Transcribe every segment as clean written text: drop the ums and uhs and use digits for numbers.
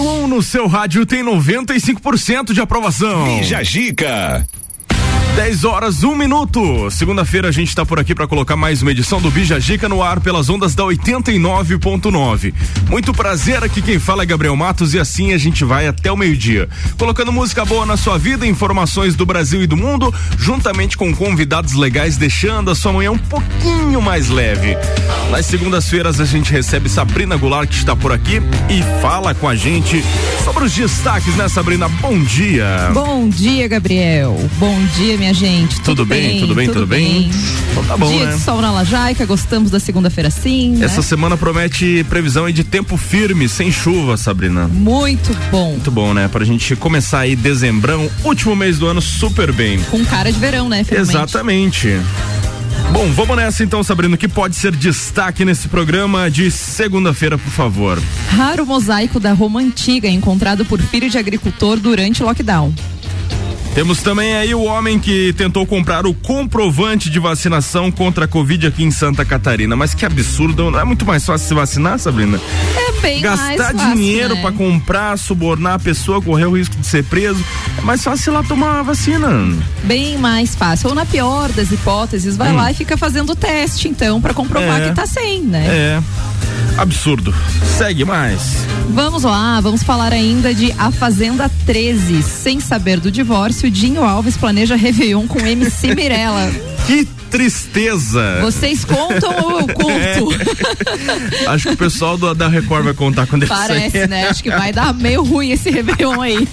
número 1 no seu rádio tem 95% de aprovação. Bija Gica. 10 horas, 1 minuto. Segunda-feira a gente tá por aqui para colocar mais uma edição do Bija Gica no ar pelas ondas da 89.9. Muito prazer, aqui quem fala é Gabriel Matos e assim a gente vai até o meio-dia. Colocando música boa na sua vida, informações do Brasil e do mundo, juntamente com convidados legais, deixando a sua manhã um pouquinho mais leve. Nas segundas-feiras a gente recebe Sabrina Goulart, que está por aqui e fala com a gente sobre os destaques, né, Sabrina? Bom dia. Bom dia, Gabriel. Bom dia, minha gente. Tudo bem? Então tá bom, dia, né? de sol na Lajaica, gostamos da segunda-feira sim, né? Essa semana promete previsão aí de tempo firme, sem chuva, Sabrina. Muito bom. Muito bom, né? Pra gente começar aí dezembrão, último mês do ano, super bem. Com cara de verão, né? Finalmente. Exatamente. Bom, vamos nessa então, Sabrina, o que pode ser destaque nesse programa de segunda-feira, por favor? Raro mosaico da Roma Antiga encontrado por filho de agricultor durante o lockdown. Temos também aí o homem que tentou comprar o comprovante de vacinação contra a Covid aqui em Santa Catarina. Mas que absurdo, não é muito mais fácil se vacinar, Sabrina? É bem mais gastar fácil, dinheiro, né? Pra comprar, subornar a pessoa, correr o risco de ser preso. É mais fácil ir lá tomar a vacina. Bem mais fácil. Ou na pior das hipóteses, vai lá e fica fazendo o teste, então, pra comprovar que tá sem, né? É. Absurdo. Segue mais. Vamos lá, vamos falar ainda de A Fazenda 13. Sem saber do divórcio, Dinho Alves planeja Réveillon com MC Mirella. Que tristeza. Vocês contam ou eu conto? Acho que o pessoal da Record vai contar quando ele sair. Parece, né? Acho que vai dar meio ruim esse Réveillon aí.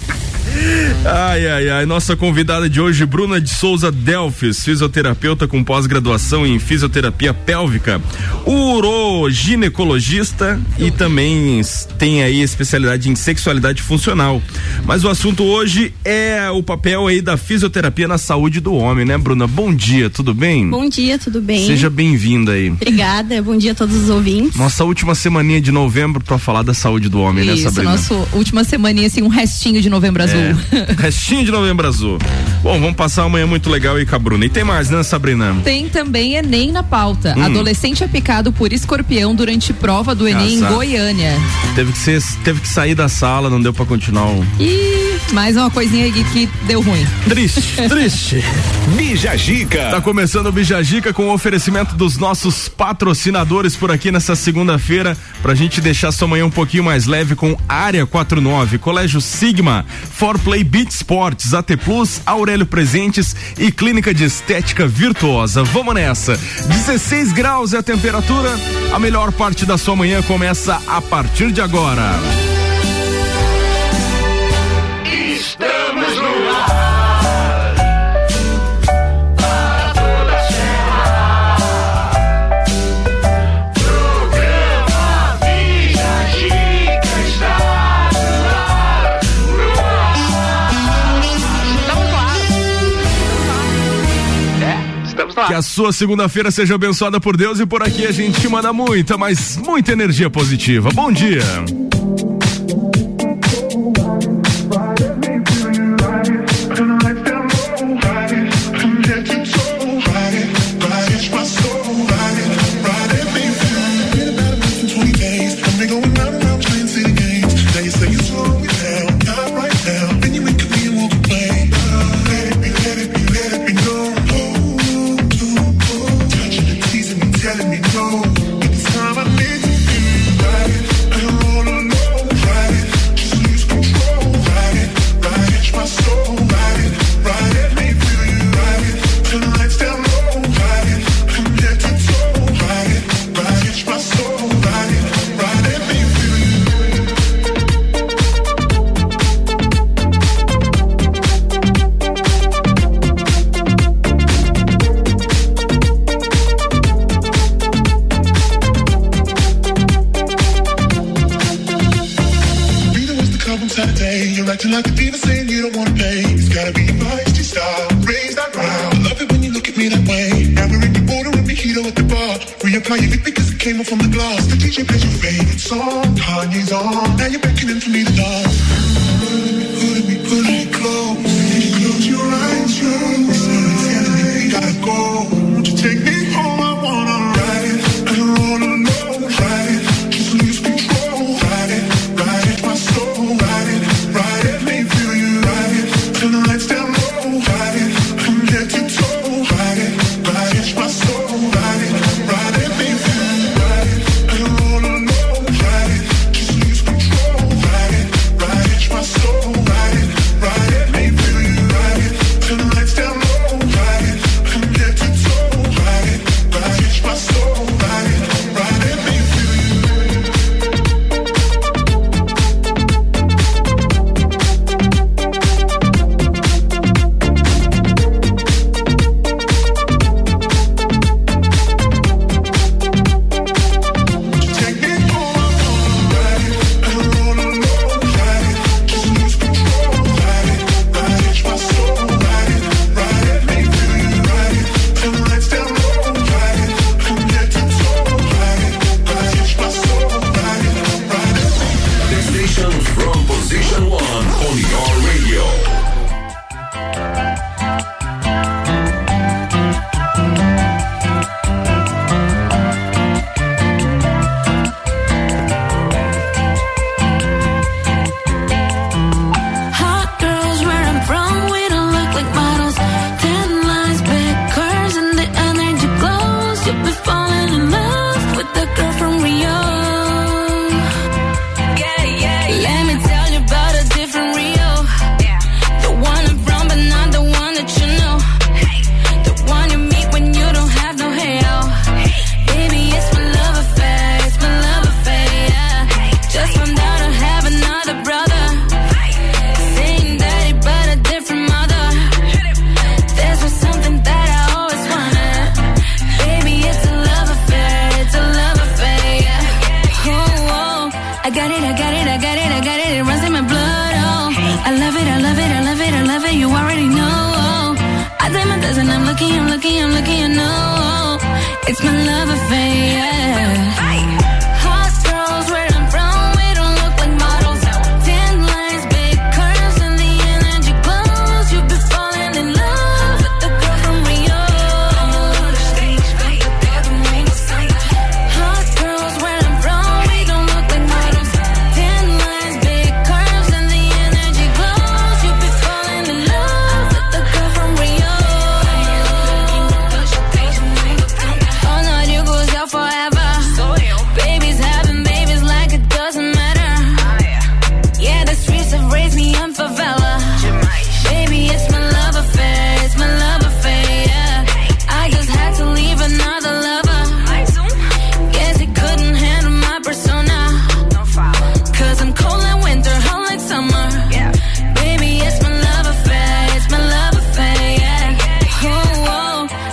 Ai, nossa convidada de hoje, Bruna de Souza Delfis, fisioterapeuta com pós-graduação em fisioterapia pélvica, uroginecologista e também tem aí especialidade em sexualidade funcional. Mas o assunto hoje é o papel aí da fisioterapia na saúde do homem, né, Bruna? Bom dia, tudo bem? Bom dia, tudo bem? Seja bem-vinda aí. Obrigada, bom dia a todos os ouvintes. Nossa última semaninha de novembro pra falar da saúde do homem, isso, né, Sabrina? Isso, nossa última semaninha, assim, um restinho de novembro azul. Restinho de novembro azul. Bom, vamos passar uma manhã muito legal aí com a Bruna. E tem mais, né, Sabrina? Tem também Enem na pauta. Adolescente é picado por escorpião durante prova do Enem em Goiânia. Teve que sair da sala, não deu pra continuar. Mais uma coisinha aí que deu ruim. Triste. Bija Gica. Tá começando o Bija Gica com o oferecimento dos nossos patrocinadores por aqui nessa segunda-feira, pra gente deixar sua manhã um pouquinho mais leve com Área 49, Colégio Sigma, Forplay Beach Sports, AT Plus, Aurélio Presentes e Clínica de Estética Virtuosa. Vamos nessa. 16 graus é a temperatura. A melhor parte da sua manhã começa a partir de agora. Estamos no ar, para toda a serra. Programa Bija Gica está no ar, Estamos lá. Que a sua segunda-feira seja abençoada por Deus e por aqui a gente manda muita, mas muita energia positiva. Bom dia. acting like a diva saying you don't wanna play. It's gotta be feisty style, raise that ground. I love it when you look at me that way. Now we're in the border and mojito at the bar. Reapply your lip because it came off from the glass. The DJ plays your favorite song, Kanye's on. Now you're beckoning for me to dance. Put me close. Close your eyes, telling me we gotta go. Won't you take me home? I wanna ride it. I don't wanna know. Ride it, just lose control. Ride it, my soul.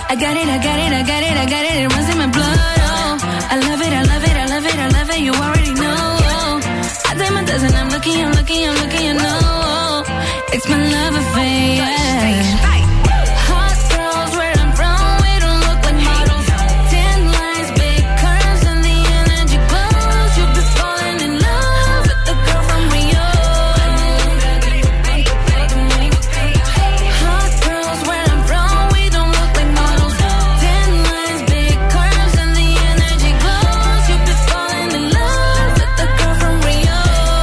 I got it, I got it, I got it, I got it, it runs in my blood, oh. I love it, I love it, I love it, I love it, you already know, oh. I did my dozen, I'm looking, I'm looking, I'm looking, you know, oh. It's my love affair, yeah. Hot girls where I'm from, we don't look like models. 10 lines, big curves, and the energy glows. You'll be falling in love with the girl from Rio. Hot girls where I'm from, we don't look like models. 10 lines, big curves, and the energy glows. You'll be falling in love with the girl from Rio.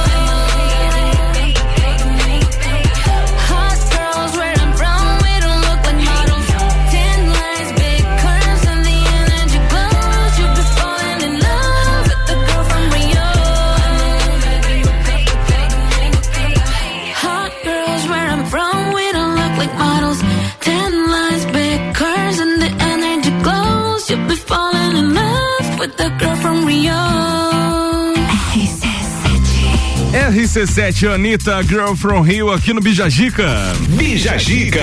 Hot girls where I'm from, we don't look like models. 10 lines, big curves, and the energy glows. You'll be falling in love with the girl from Rio. Hot girls where I'm from, we don't look like models. 10 lines, big curves, and the energy glows. You'll be falling in love with the girl from Rio. RC7, Anitta, Girl from Rio, aqui no Bija Gica. Bija Gica.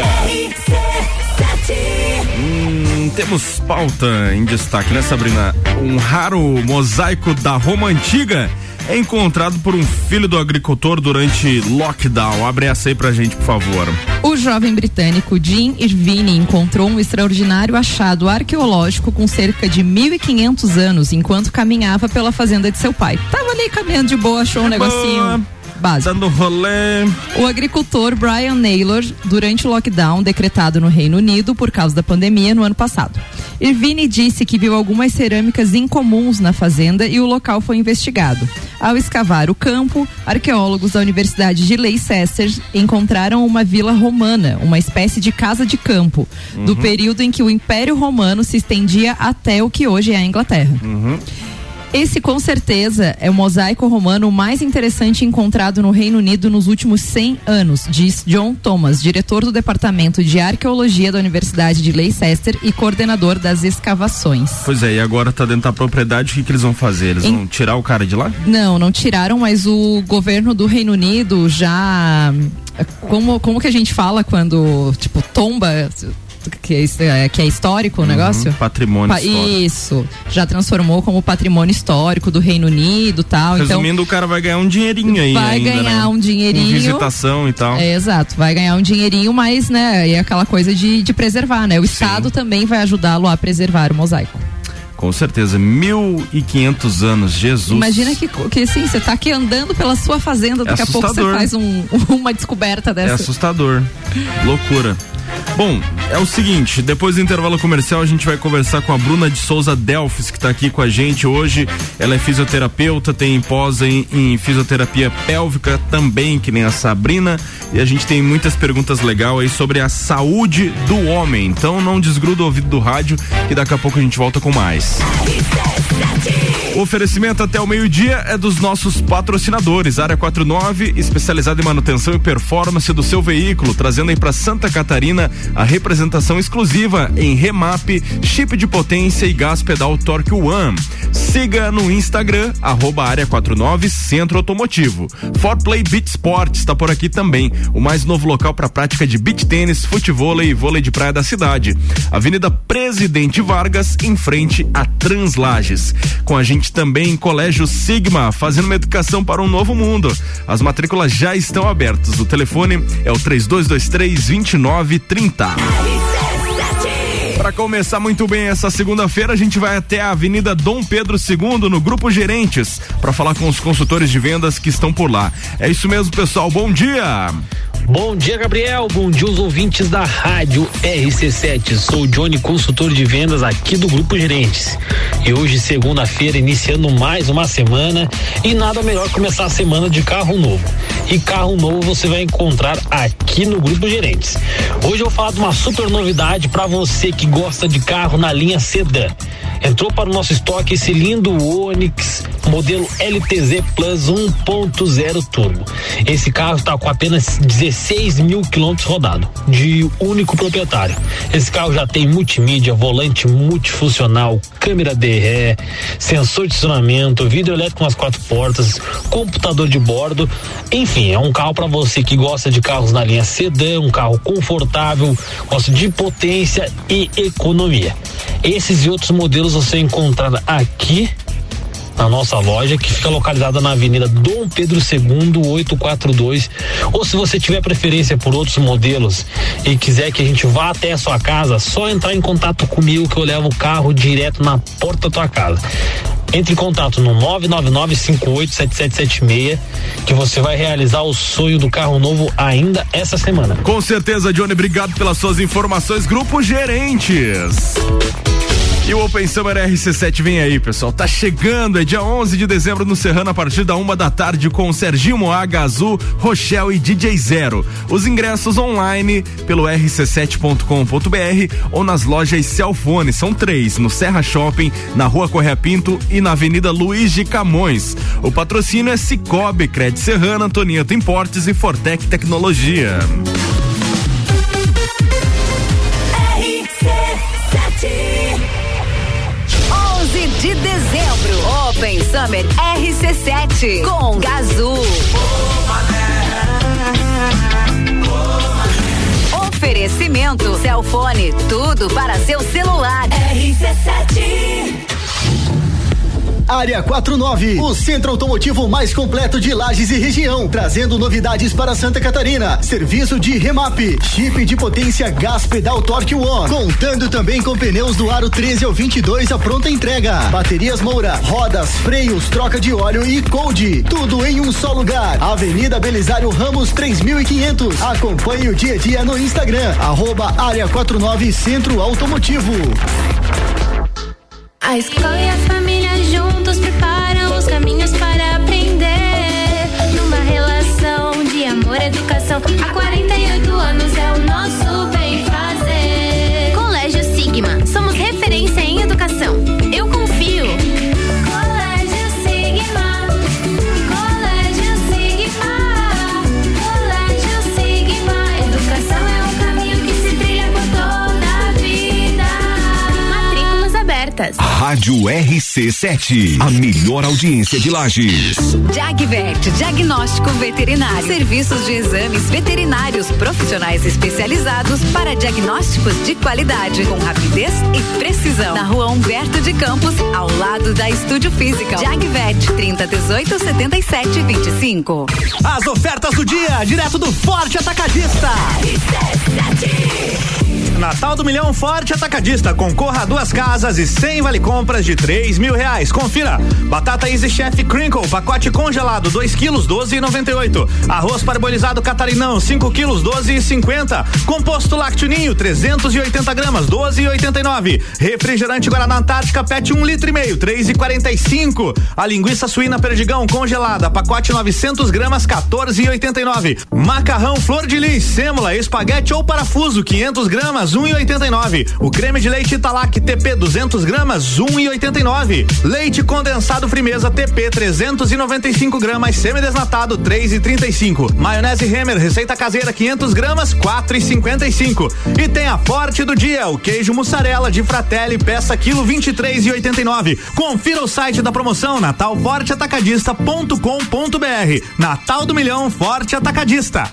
Temos pauta em destaque, né, Sabrina? Um raro mosaico da Roma Antiga é encontrado por um filho do agricultor durante lockdown. Abre essa aí pra gente, por favor. O jovem britânico Jim Irvine encontrou um extraordinário achado arqueológico com cerca de 1.500 anos enquanto caminhava pela fazenda de seu pai. Tava ali caminhando de boa, achou um negocinho básico. Dando rolê. O agricultor Brian Naylor, durante o lockdown decretado no Reino Unido por causa da pandemia no ano passado. Irvine disse que viu algumas cerâmicas incomuns na fazenda e o local foi investigado. Ao escavar o campo, arqueólogos da Universidade de Leicester encontraram uma vila romana, uma espécie de casa de campo, do período em que o Império Romano se estendia até o que hoje é a Inglaterra. Esse, com certeza, é o mosaico romano mais interessante encontrado no Reino Unido nos últimos 100 anos, diz John Thomas, diretor do Departamento de Arqueologia da Universidade de Leicester e coordenador das escavações. Pois é, e agora tá dentro da propriedade, o que eles vão fazer? Eles vão tirar o cara de lá? Não tiraram, mas o governo do Reino Unido já... Como que a gente fala quando, tipo, tomba... Que é histórico o negócio? Patrimônio histórico. Isso, já transformou como patrimônio histórico do Reino Unido e tal. Resumindo, então, o cara vai ganhar um dinheirinho aí. Vai ainda, ganhar né? um dinheirinho. Com visitação e tal. Exato, vai ganhar um dinheirinho, mas, né, é aquela coisa de preservar, né? O Estado também vai ajudá-lo a preservar o mosaico. Com certeza, 1.500 anos, Jesus. Imagina que assim, você tá aqui andando pela sua fazenda, daqui a pouco você faz uma descoberta dessa. É assustador, loucura. Bom, é o seguinte, depois do intervalo comercial a gente vai conversar com a Bruna de Souza Delfes, que está aqui com a gente hoje. Ela é fisioterapeuta, tem pós em fisioterapia pélvica também, que nem a Sabrina, e a gente tem muitas perguntas legais aí sobre a saúde do homem. Então não desgruda o ouvido do rádio, que daqui a pouco a gente volta com mais. O oferecimento até o meio-dia é dos nossos patrocinadores. Área 49, especializada em manutenção e performance do seu veículo, trazendo aí para Santa Catarina a representação exclusiva em remap, chip de potência e gás pedal Torque One. Siga no Instagram, @área 49 Centro Automotivo. Forplay Beach Sports está por aqui também, o mais novo local para prática de beach tênis, futevôlei e vôlei de praia da cidade. Avenida Presidente Vargas, em frente a Translages. Com a gente também Colégio Sigma, fazendo uma educação para um novo mundo. As matrículas já estão abertas. O telefone é o 3223-2930. Para começar muito bem essa segunda-feira, a gente vai até a Avenida Dom Pedro II, no Grupo Gerentes, para falar com os consultores de vendas que estão por lá. É isso mesmo, pessoal. Bom dia! Bom dia, Gabriel. Bom dia, os ouvintes da rádio RC7. Sou o Johnny, consultor de vendas aqui do Grupo Gerentes. E hoje, segunda-feira, iniciando mais uma semana, e nada melhor que começar a semana de carro novo. E carro novo você vai encontrar aqui no Grupo Gerentes. Hoje eu vou falar de uma super novidade para você que gosta de carro na linha sedã. Entrou para o nosso estoque esse lindo Onix modelo LTZ Plus 1.0 Turbo. Esse carro está com apenas 16 mil quilômetros rodados, de único proprietário. Esse carro já tem multimídia, volante multifuncional, câmera de ré, sensor de estacionamento, vidro elétrico nas 4 portas, computador de bordo. Enfim, é um carro para você que gosta de carros na linha sedã, um carro confortável, gosta de potência e economia. Esses e outros modelos você encontra aqui na nossa loja, que fica localizada na Avenida Dom Pedro II, 842. Ou se você tiver preferência por outros modelos e quiser que a gente vá até a sua casa, só entrar em contato comigo que eu levo o carro direto na porta da tua casa. Entre em contato no 999587776, que você vai realizar o sonho do carro novo ainda essa semana. Com certeza, Johnny, obrigado pelas suas informações. Grupo Gerentes. E o Open Summer RC7 vem aí, pessoal. Tá chegando, é dia 11 de dezembro no Serrano, a partir da 1 da tarde, com Serginho Moaga, Azul, Rochelle e DJ Zero. Os ingressos online pelo rc7.com.br ou nas lojas Celfone. São 3, no Serra Shopping, na Rua Correia Pinto e na Avenida Luiz de Camões. O patrocínio é Cicobi, Crédito Serrana, Antonieta Importes e Fortec Tecnologia. De dezembro, Open Summer RC7 com Gazul. Oferecimento Celfone, tudo para seu celular. RC7. Área 49, o centro automotivo mais completo de Lages e região, trazendo novidades para Santa Catarina. Serviço de remap, chip de potência gás pedal Torque One, contando também com pneus do aro 13 ao 22 a pronta entrega. Baterias Moura, rodas, freios, troca de óleo e cold, tudo em um só lugar. Avenida Belisário Ramos 3500. Acompanhe o dia a dia no Instagram, @Área 49 Centro Automotivo. A escola e a família juntos preparam os caminhos para aprender. Numa relação de amor e educação, há 48 anos é o nosso bem fazer. Colégio Sigma, somos referência em educação. Eu confio. Colégio Sigma, Colégio Sigma, Colégio Sigma. Educação é um caminho que se trilha por toda a vida. Matrículas abertas. Rádio RC7, a melhor audiência de Lages. Jagvet, diagnóstico veterinário. Serviços de exames veterinários profissionais especializados para diagnósticos de qualidade, com rapidez e precisão. Na Rua Humberto de Campos, ao lado da Estúdio Física. Jagvet, 3018-7725. As ofertas do dia, direto do Forte Atacadista. Natal do Milhão Forte Atacadista. Concorra a 2 casas e 100 vale compras de R$3.000. Confira. Batata Easy Chef Crinkle, pacote congelado, 2 quilos, 12,98. Arroz parbolizado Catarinão, 5 quilos, 12,50. Composto Lácteo Ninho, 380 gramas, 12,89. Refrigerante Guaraná Antártica PET 1,5 litro, 3,45. A linguiça suína Perdigão congelada, pacote 900 gramas, 14,89. Macarrão Flor de Lis, sêmola, espaguete ou parafuso, 500 gramas, 1,89. O creme de leite Italac TP 200 gramas, 1,89. Leite condensado Frimeza TP 395 gramas, semidesnatado, 3,35. Maionese Hemmer, receita caseira, 500 gramas, 4,55. E tem a Forte do dia, o queijo mussarela de Fratelli, peça quilo, 23,89. Confira o site da promoção, natalforteatacadista.com.br. Natal do Milhão Forte Atacadista.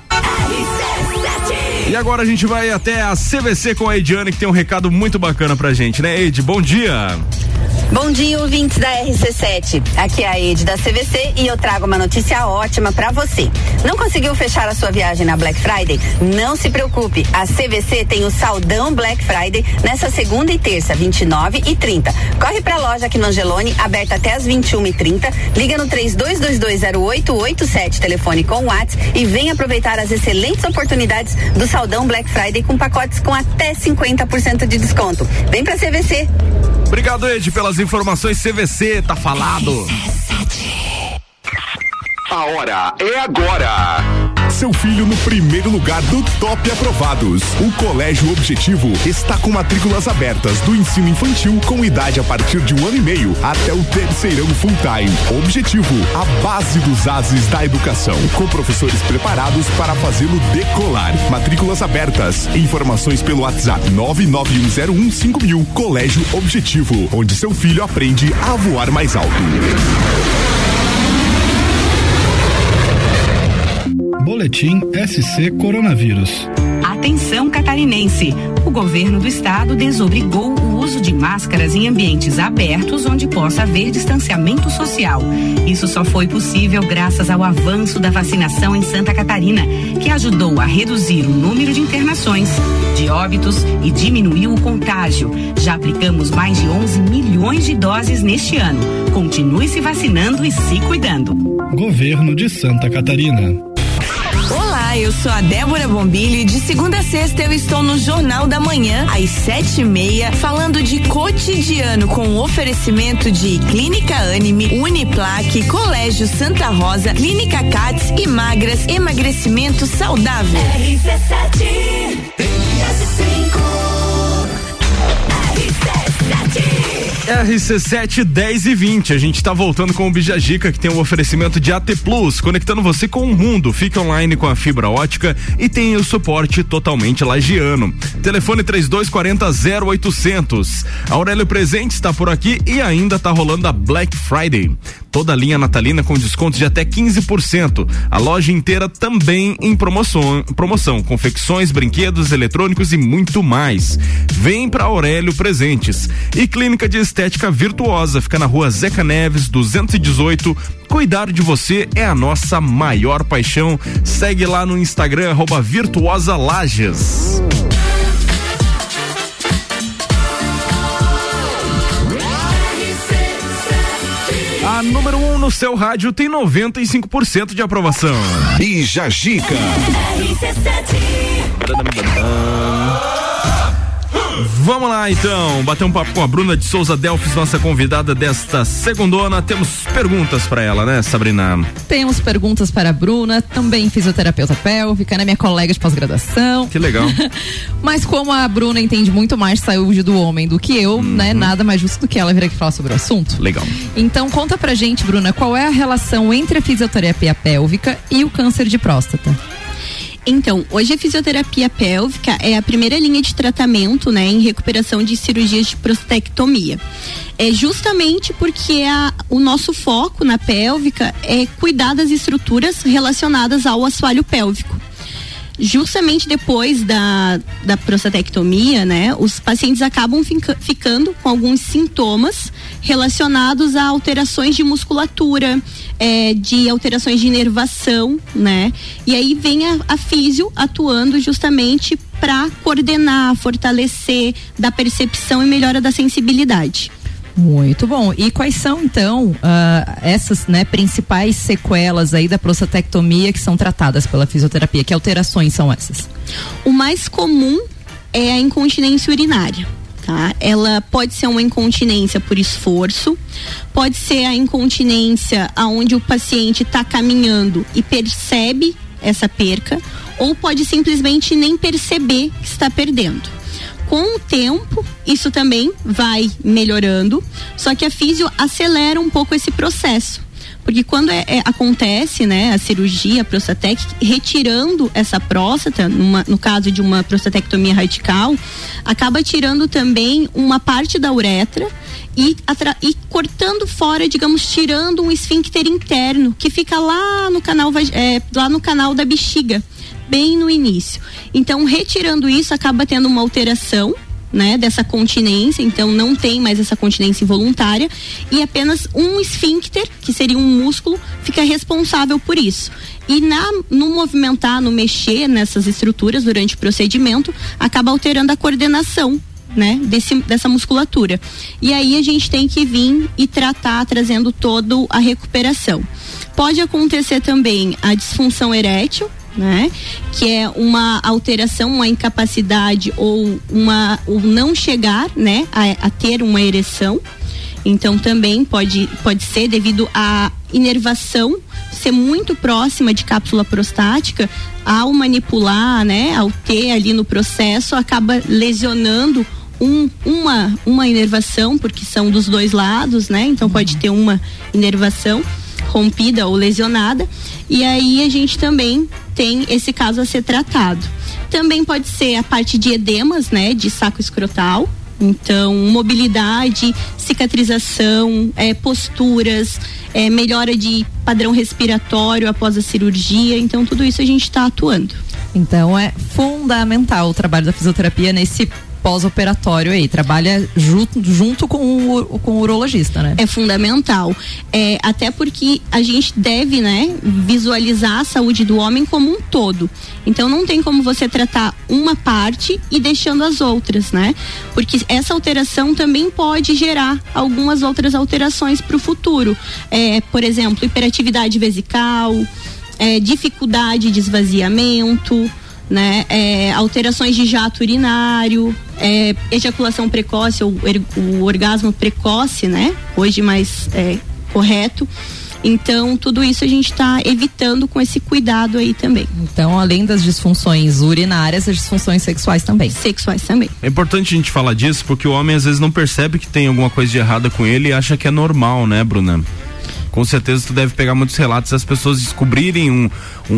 E agora a gente vai até a CVC com a Ediane, que tem um recado muito bacana pra gente, né, Edi? Bom dia. Bom dia, ouvintes da RC7. Aqui é a Edi da CVC e eu trago uma notícia ótima pra você. Não conseguiu fechar a sua viagem na Black Friday? Não se preocupe, a CVC tem o Saldão Black Friday nessa segunda e terça, 29 e 30. Corre pra loja aqui no Angelone, aberta até as 21h30. Liga no 32220887, telefone com WhatsApp, e vem aproveitar as excelentes oportunidades do Saldão Black Friday com pacotes com até 50% de desconto. Vem pra CVC. Obrigado, Edi, pelas informações. CVC, tá falado. A hora é agora. seu filho no primeiro lugar do Top Aprovados. O Colégio Objetivo está com matrículas abertas do ensino infantil com idade a partir de 1 ano e meio até o terceirão full time. Objetivo, a base dos ases da educação, com professores preparados para fazê-lo decolar. Matrículas abertas. Informações pelo WhatsApp 991015000. Colégio Objetivo, onde seu filho aprende a voar mais alto. Boletim SC Coronavírus. Atenção catarinense, o governo do estado desobrigou o uso de máscaras em ambientes abertos onde possa haver distanciamento social. Isso só foi possível graças ao avanço da vacinação em Santa Catarina, que ajudou a reduzir o número de internações, de óbitos e diminuiu o contágio. Já aplicamos mais de 11 milhões de doses neste ano. Continue se vacinando e se cuidando. Governo de Santa Catarina. Olá, eu sou a Débora Bombilho e de segunda a sexta eu estou no Jornal da Manhã, às 7:30, falando de cotidiano com oferecimento de Clínica Anime, Uniplaque, Colégio Santa Rosa, Clínica Cats e Magras, emagrecimento saudável. RC7 RC7 10:20. A gente tá voltando com o Bijagica, que tem um oferecimento de AT Plus, conectando você com o mundo. Fica online com a fibra ótica e tem o suporte totalmente lagiano. Telefone 3240-0800. A Aurélio Presentes está por aqui e ainda tá rolando a Black Friday. Toda a linha natalina com descontos de até 15%. A loja inteira também em promoção. Confecções, brinquedos, eletrônicos e muito mais. Vem pra Aurélio Presentes. E Clínica de Estética Virtuosa, fica na rua Zeca Neves, 218. Cuidar de você é a nossa maior paixão. Segue lá no Instagram, @VirtuosaLages. A número 1 no seu rádio tem 95% de aprovação. Bijagica. Vamos lá então, bater um papo com a Bruna de Souza Delfes, nossa convidada desta segundona. Temos perguntas para ela, né, Sabrina? Temos perguntas para a Bruna, também fisioterapeuta pélvica, né, minha colega de pós-graduação. Que legal. Mas como a Bruna entende muito mais de saúde do homem do que eu, né, nada mais justo do que ela vir aqui falar sobre o assunto. Legal. Então conta pra gente, Bruna, qual é a relação entre a fisioterapia pélvica e o câncer de próstata? Então, hoje a fisioterapia pélvica é a primeira linha de tratamento, né, em recuperação de cirurgias de prostatectomia. É justamente porque o nosso foco na pélvica é cuidar das estruturas relacionadas ao assoalho pélvico. Justamente depois da prostatectomia, né, os pacientes acabam ficando com alguns sintomas relacionados a alterações de musculatura, de alterações de inervação, né? E aí vem a físio atuando justamente para coordenar, fortalecer, dar percepção e melhora da sensibilidade. Muito bom. E quais são, então, essas, né, principais sequelas aí da prostatectomia que são tratadas pela fisioterapia? Que alterações são essas? O mais comum é a incontinência urinária. Tá? Ela pode ser uma incontinência por esforço, pode ser a incontinência aonde o paciente está caminhando e percebe essa perca, ou pode simplesmente nem perceber que está perdendo. Com o tempo, isso também vai melhorando, só que a físio acelera um pouco esse processo. Porque quando acontece, né, a cirurgia prostatética, retirando essa próstata, no caso de uma prostatectomia radical, acaba tirando também uma parte da uretra e cortando fora, digamos, tirando um esfíncter interno que fica lá no canal da bexiga, bem no início. Então, retirando isso, acaba tendo uma alteração, né, dessa continência, então não tem mais essa continência involuntária e apenas um esfíncter, que seria um músculo, fica responsável por isso. E no movimentar, no mexer nessas estruturas durante o procedimento, acaba alterando a coordenação, né, dessa musculatura. E aí a gente tem que vir e tratar, trazendo toda a recuperação. Pode acontecer também a disfunção erétil, né? Que é uma alteração, uma incapacidade ou não chegar, né, a ter uma ereção. Então também pode ser devido a inervação ser muito próxima de cápsula prostática, ao manipular, né, ao ter ali no processo, acaba lesionando uma inervação, porque são dos dois lados, né? Então pode ter uma inervação rompida ou lesionada, e aí a gente também tem esse caso a ser tratado. Também pode ser a parte de edemas, né, de saco escrotal. Então, mobilidade, cicatrização, posturas, melhora de padrão respiratório após a cirurgia. Então, tudo isso a gente está atuando. Então, é fundamental o trabalho da fisioterapia nesse pós-operatório aí, trabalha junto com o urologista, né? É fundamental, até porque a gente deve, né, visualizar a saúde do homem como um todo. Então não tem como você tratar uma parte e deixando as outras, né? Porque essa alteração também pode gerar algumas outras alterações para o futuro. Por exemplo, hiperatividade vesical, dificuldade de esvaziamento, né? Alterações de jato urinário, ejaculação precoce ou o orgasmo precoce, né? Hoje mais correto. Então, tudo isso a gente está evitando com esse cuidado aí também. Então, além das disfunções urinárias, as disfunções sexuais também. Sexuais também. É importante a gente falar disso, porque o homem às vezes não percebe que tem alguma coisa de errada com ele e acha que é normal, né, Bruna? Com certeza tu deve pegar muitos relatos das pessoas descobrirem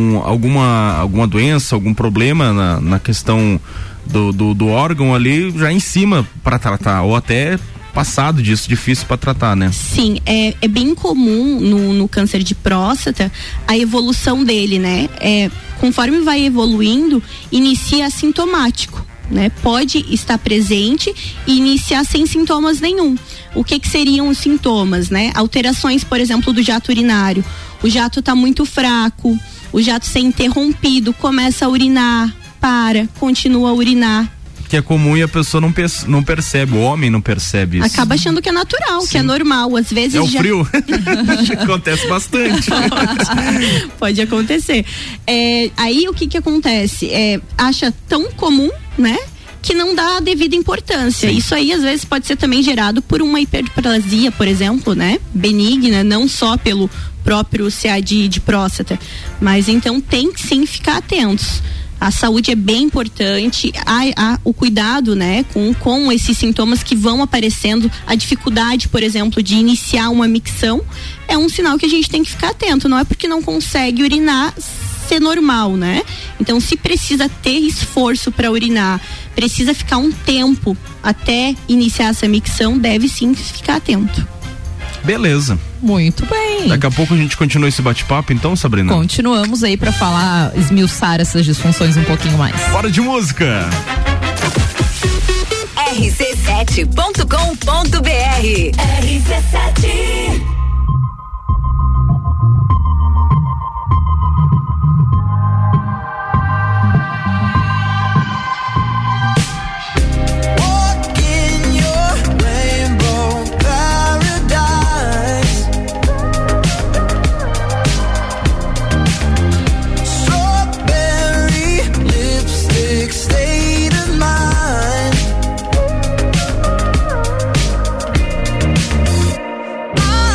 alguma doença, algum problema na questão do órgão ali já em cima para tratar, ou até passado disso, difícil para tratar, né? Sim, é bem comum no câncer de próstata a evolução dele, né? Conforme vai evoluindo, inicia assintomático, né? Pode estar presente e iniciar sem sintomas nenhum. O que seriam os sintomas, né? Alterações, por exemplo, do jato urinário. O jato está muito fraco, o jato ser interrompido, começa a urinar, continua a urinar. Que é comum e a pessoa não percebe, o homem não percebe isso. Acaba achando que é natural, que é normal, às vezes o frio, acontece bastante. Pode acontecer. Aí o que acontece? Acha tão comum, né? Que não dá a devida importância. Sim. Isso aí às vezes pode ser também gerado por uma hiperplasia, por exemplo, né? Benigna, não só pelo próprio CA de próstata, mas então tem que sim ficar atentos. A saúde é bem importante, o cuidado, né, com esses sintomas que vão aparecendo, a dificuldade, por exemplo, de iniciar uma micção, é um sinal que a gente tem que ficar atento, não é porque não consegue urinar ser normal, né? Então, se precisa ter esforço para urinar, precisa ficar um tempo até iniciar essa micção, deve sim ficar atento. Beleza. Muito bem. Daqui a pouco a gente continua esse bate-papo, então, Sabrina? Continuamos aí pra falar, esmiuçar essas disfunções um pouquinho mais. Bora de música! rc7.com.br RC7 I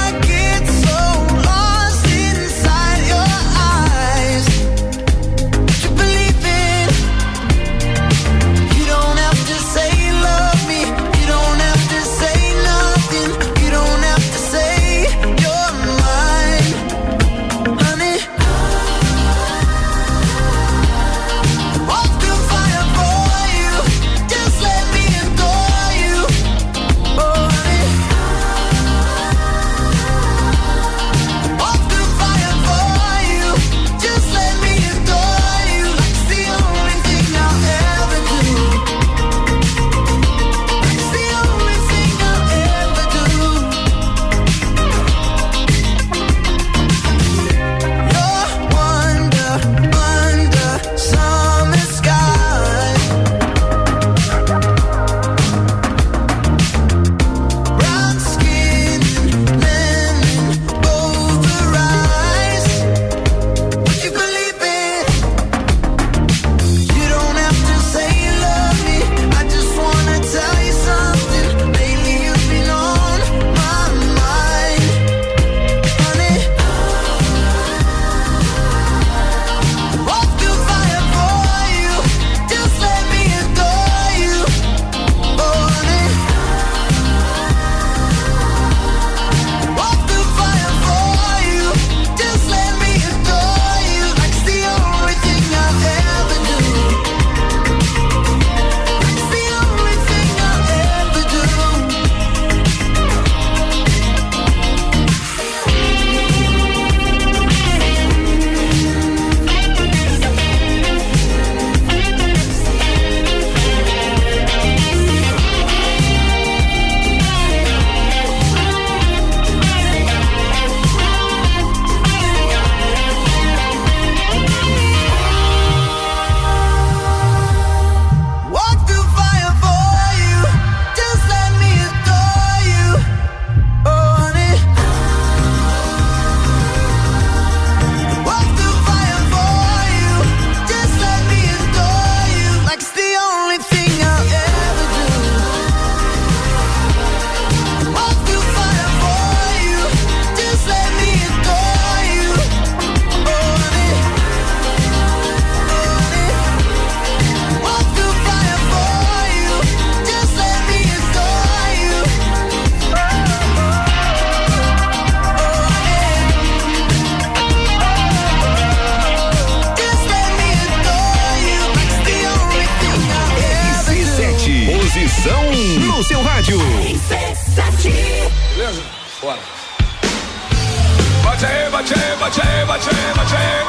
rádio. Beleza? Bora. Bate aí, bate aí, bate aí, bate aí, bate aí.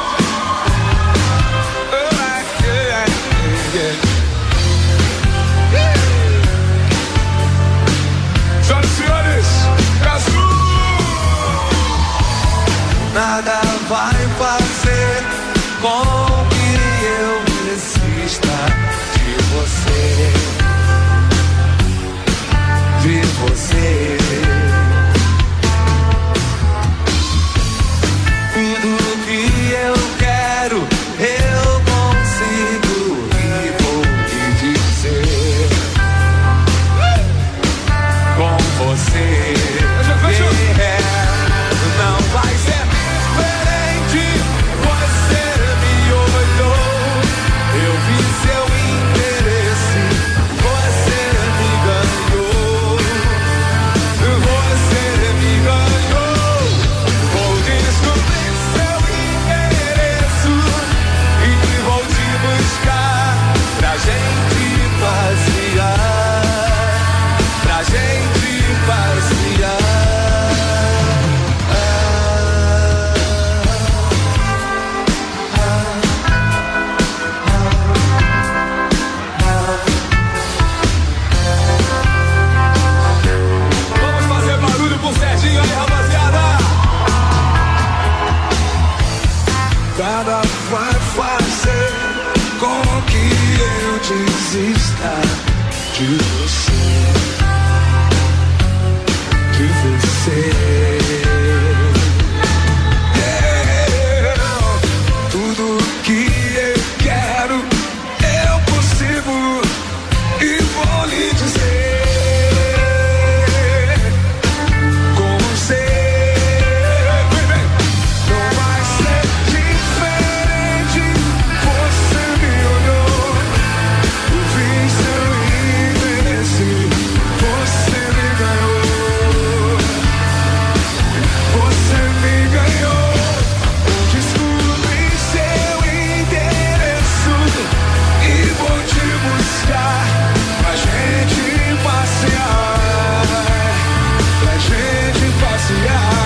Senhoras e senhores, Casu! Nada vai fazer com que eu desista de você. De você. Tudo que eu quero, eu consigo e vou te dizer. Com você, não vai ser diferente. Você me olhou, eu vi seu interesse. Você me ganhou, você me ganhou. Vou descobrir seu endereço e vou te buscar pra gente passear, pra gente passear. Vamos fazer barulho pro Serginho aí, rapaziada. Nada vai fazer com que eu desista de você, de você. Tudo que eu quero, eu consigo e vou lhe dizer. Com você, não vai ser diferente. Você me olhou, eu vi seu interesse. Você me ganhou, você me ganhou. Eu descobri seu endereço e vou te buscar pra gente passear, pra gente passear.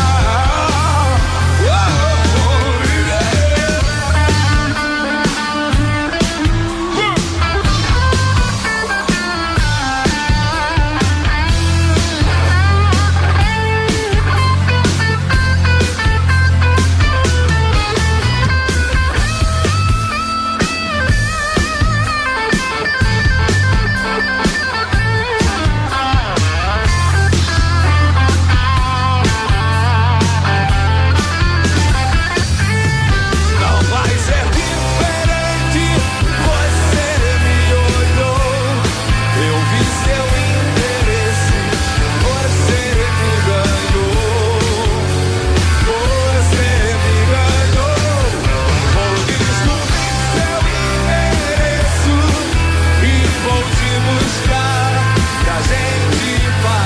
Não vai ser diferente. Você me olhou, eu vi seu interesse. Você me ganhou, você me ganhou. Vou descobrir seu endereço e vou te buscar pra gente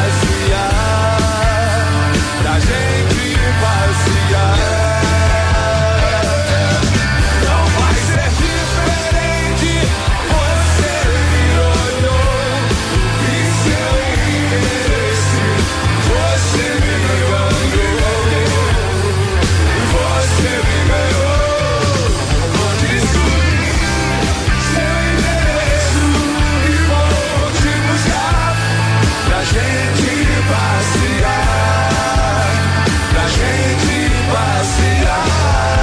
passear, pra gente passear. Não vai ser diferente. Você me olhou, vi seu interesse. Você me ganhou, você me ganhou. Vou descobrir seu endereço e vou te buscar pra gente passear, pra gente passear.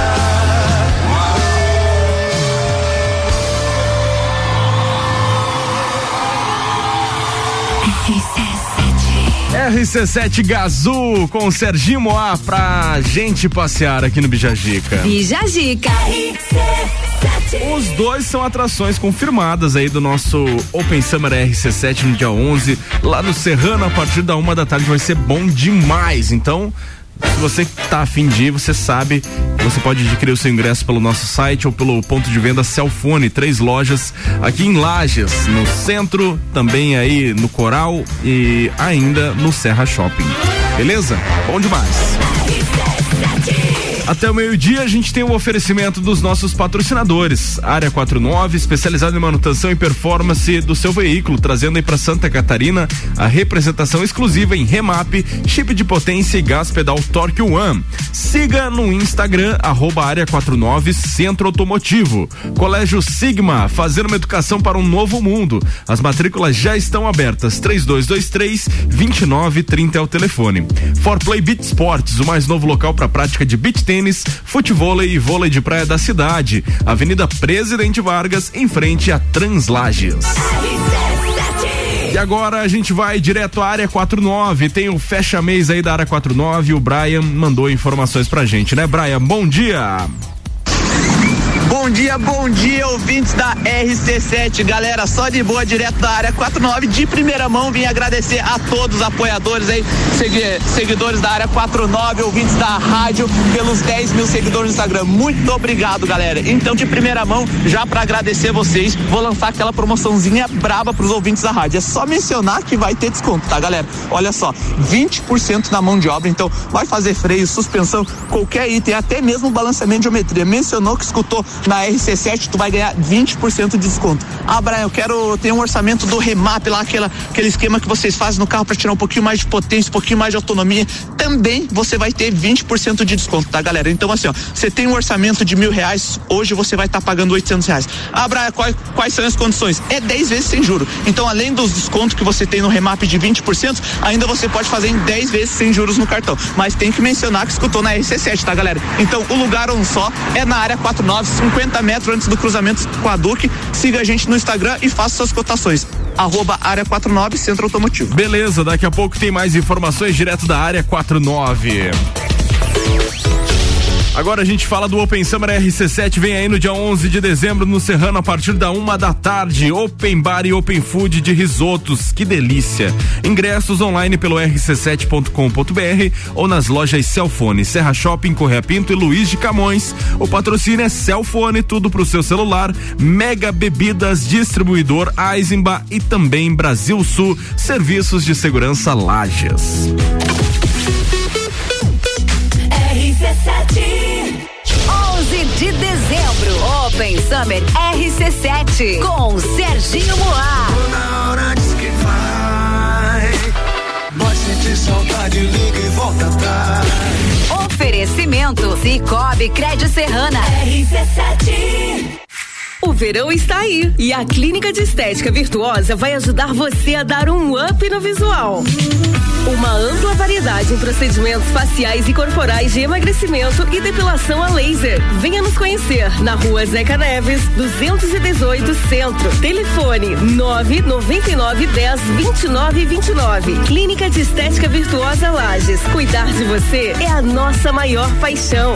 RC7 Gazul com o Serginho Moá pra gente passear aqui no Bijagica. Bijagica. Os dois são atrações confirmadas aí do nosso Open Summer RC7 no dia 11, lá no Serrano, a partir da 1 da tarde, vai ser bom demais. Então, se você tá afim de ir, você sabe, você pode adquirir o seu ingresso pelo nosso site ou pelo ponto de venda Celfone, 3 lojas aqui em Lages, no centro, também aí no Coral e ainda no Serra Shopping. Beleza? Bom demais. Até o meio-dia a gente tem o oferecimento dos nossos patrocinadores. Área 49, especializada em manutenção e performance do seu veículo, trazendo aí para Santa Catarina a representação exclusiva em remap, chip de potência e gás pedal Torque One. Siga no Instagram, @área 49 Centro Automotivo. Colégio Sigma, fazer uma educação para um novo mundo. As matrículas já estão abertas. 3223-2930 é o telefone. For Play Beach Sports, o mais novo local para prática de beach tênis, futevôlei e vôlei de praia da cidade. Avenida Presidente Vargas, em frente a Translages. E agora a gente vai direto à Área 49. Tem o fecha-mês aí da Área 49. O Brian mandou informações pra gente, né, Brian? Bom dia! Bom dia, ouvintes da RC7, galera, só de boa, direto da Área 49, de primeira mão, vim agradecer a todos os apoiadores aí, seguidores da Área 49, ouvintes da rádio, pelos 10 mil seguidores no Instagram, muito obrigado, galera. Então, de primeira mão, já pra agradecer vocês, vou lançar aquela promoçãozinha braba pros ouvintes da rádio, é só mencionar que vai ter desconto, tá, galera? Olha só, 20% na mão de obra, então vai fazer freio, suspensão, qualquer item, até mesmo balanceamento de geometria, mencionou que escutou na RC7, tu vai ganhar 20% de desconto. Ah, Brian, eu tenho um orçamento do remap lá, aquele esquema que vocês fazem no carro para tirar um pouquinho mais de potência, um pouquinho mais de autonomia, também você vai ter 20% de desconto, tá, galera? Então, assim, ó, você tem um orçamento de R$1.000, hoje você vai estar pagando R$800. Ah, Brian, quais são as condições? É 10 vezes sem juro. Então, além dos descontos que você tem no remap de 20%, ainda você pode fazer em 10 vezes sem juros no cartão. Mas tem que mencionar que escutou na RC7, tá, galera? Então, o lugar um só é na Área 49, 50 metros antes do cruzamento com a Duque. Siga a gente no Instagram e faça suas cotações. @área 49 Centro Automotivo. Beleza, daqui a pouco tem mais informações direto da Área 49. Agora a gente fala do Open Summer RC7, vem aí no dia 11 de dezembro no Serrano a partir da 1h, Open Bar e Open Food de risotos, que delícia. Ingressos online pelo rc7.com.br ou nas lojas Cellfone, Serra Shopping, Correia Pinto e Luiz de Camões. O patrocínio é Cellfone, tudo pro seu celular, Mega Bebidas, distribuidor Eisenbach e também Brasil Sul, serviços de segurança Lages. RC7 11 de dezembro, Open Summer RC7 com Serginho Moá. Na hora diz que vai, vai sentir saudade, liga e volta atrás. Oferecimento Cicobi Crédito Serrana RC7. O verão está aí e a Clínica de Estética Virtuosa vai ajudar você a dar um up no visual. Uma ampla variedade em procedimentos faciais e corporais de emagrecimento e depilação a laser. Venha nos conhecer na Rua Zeca Neves, 218 Centro. Telefone 999102929. Clínica de Estética Virtuosa Lages. Cuidar de você é a nossa maior paixão.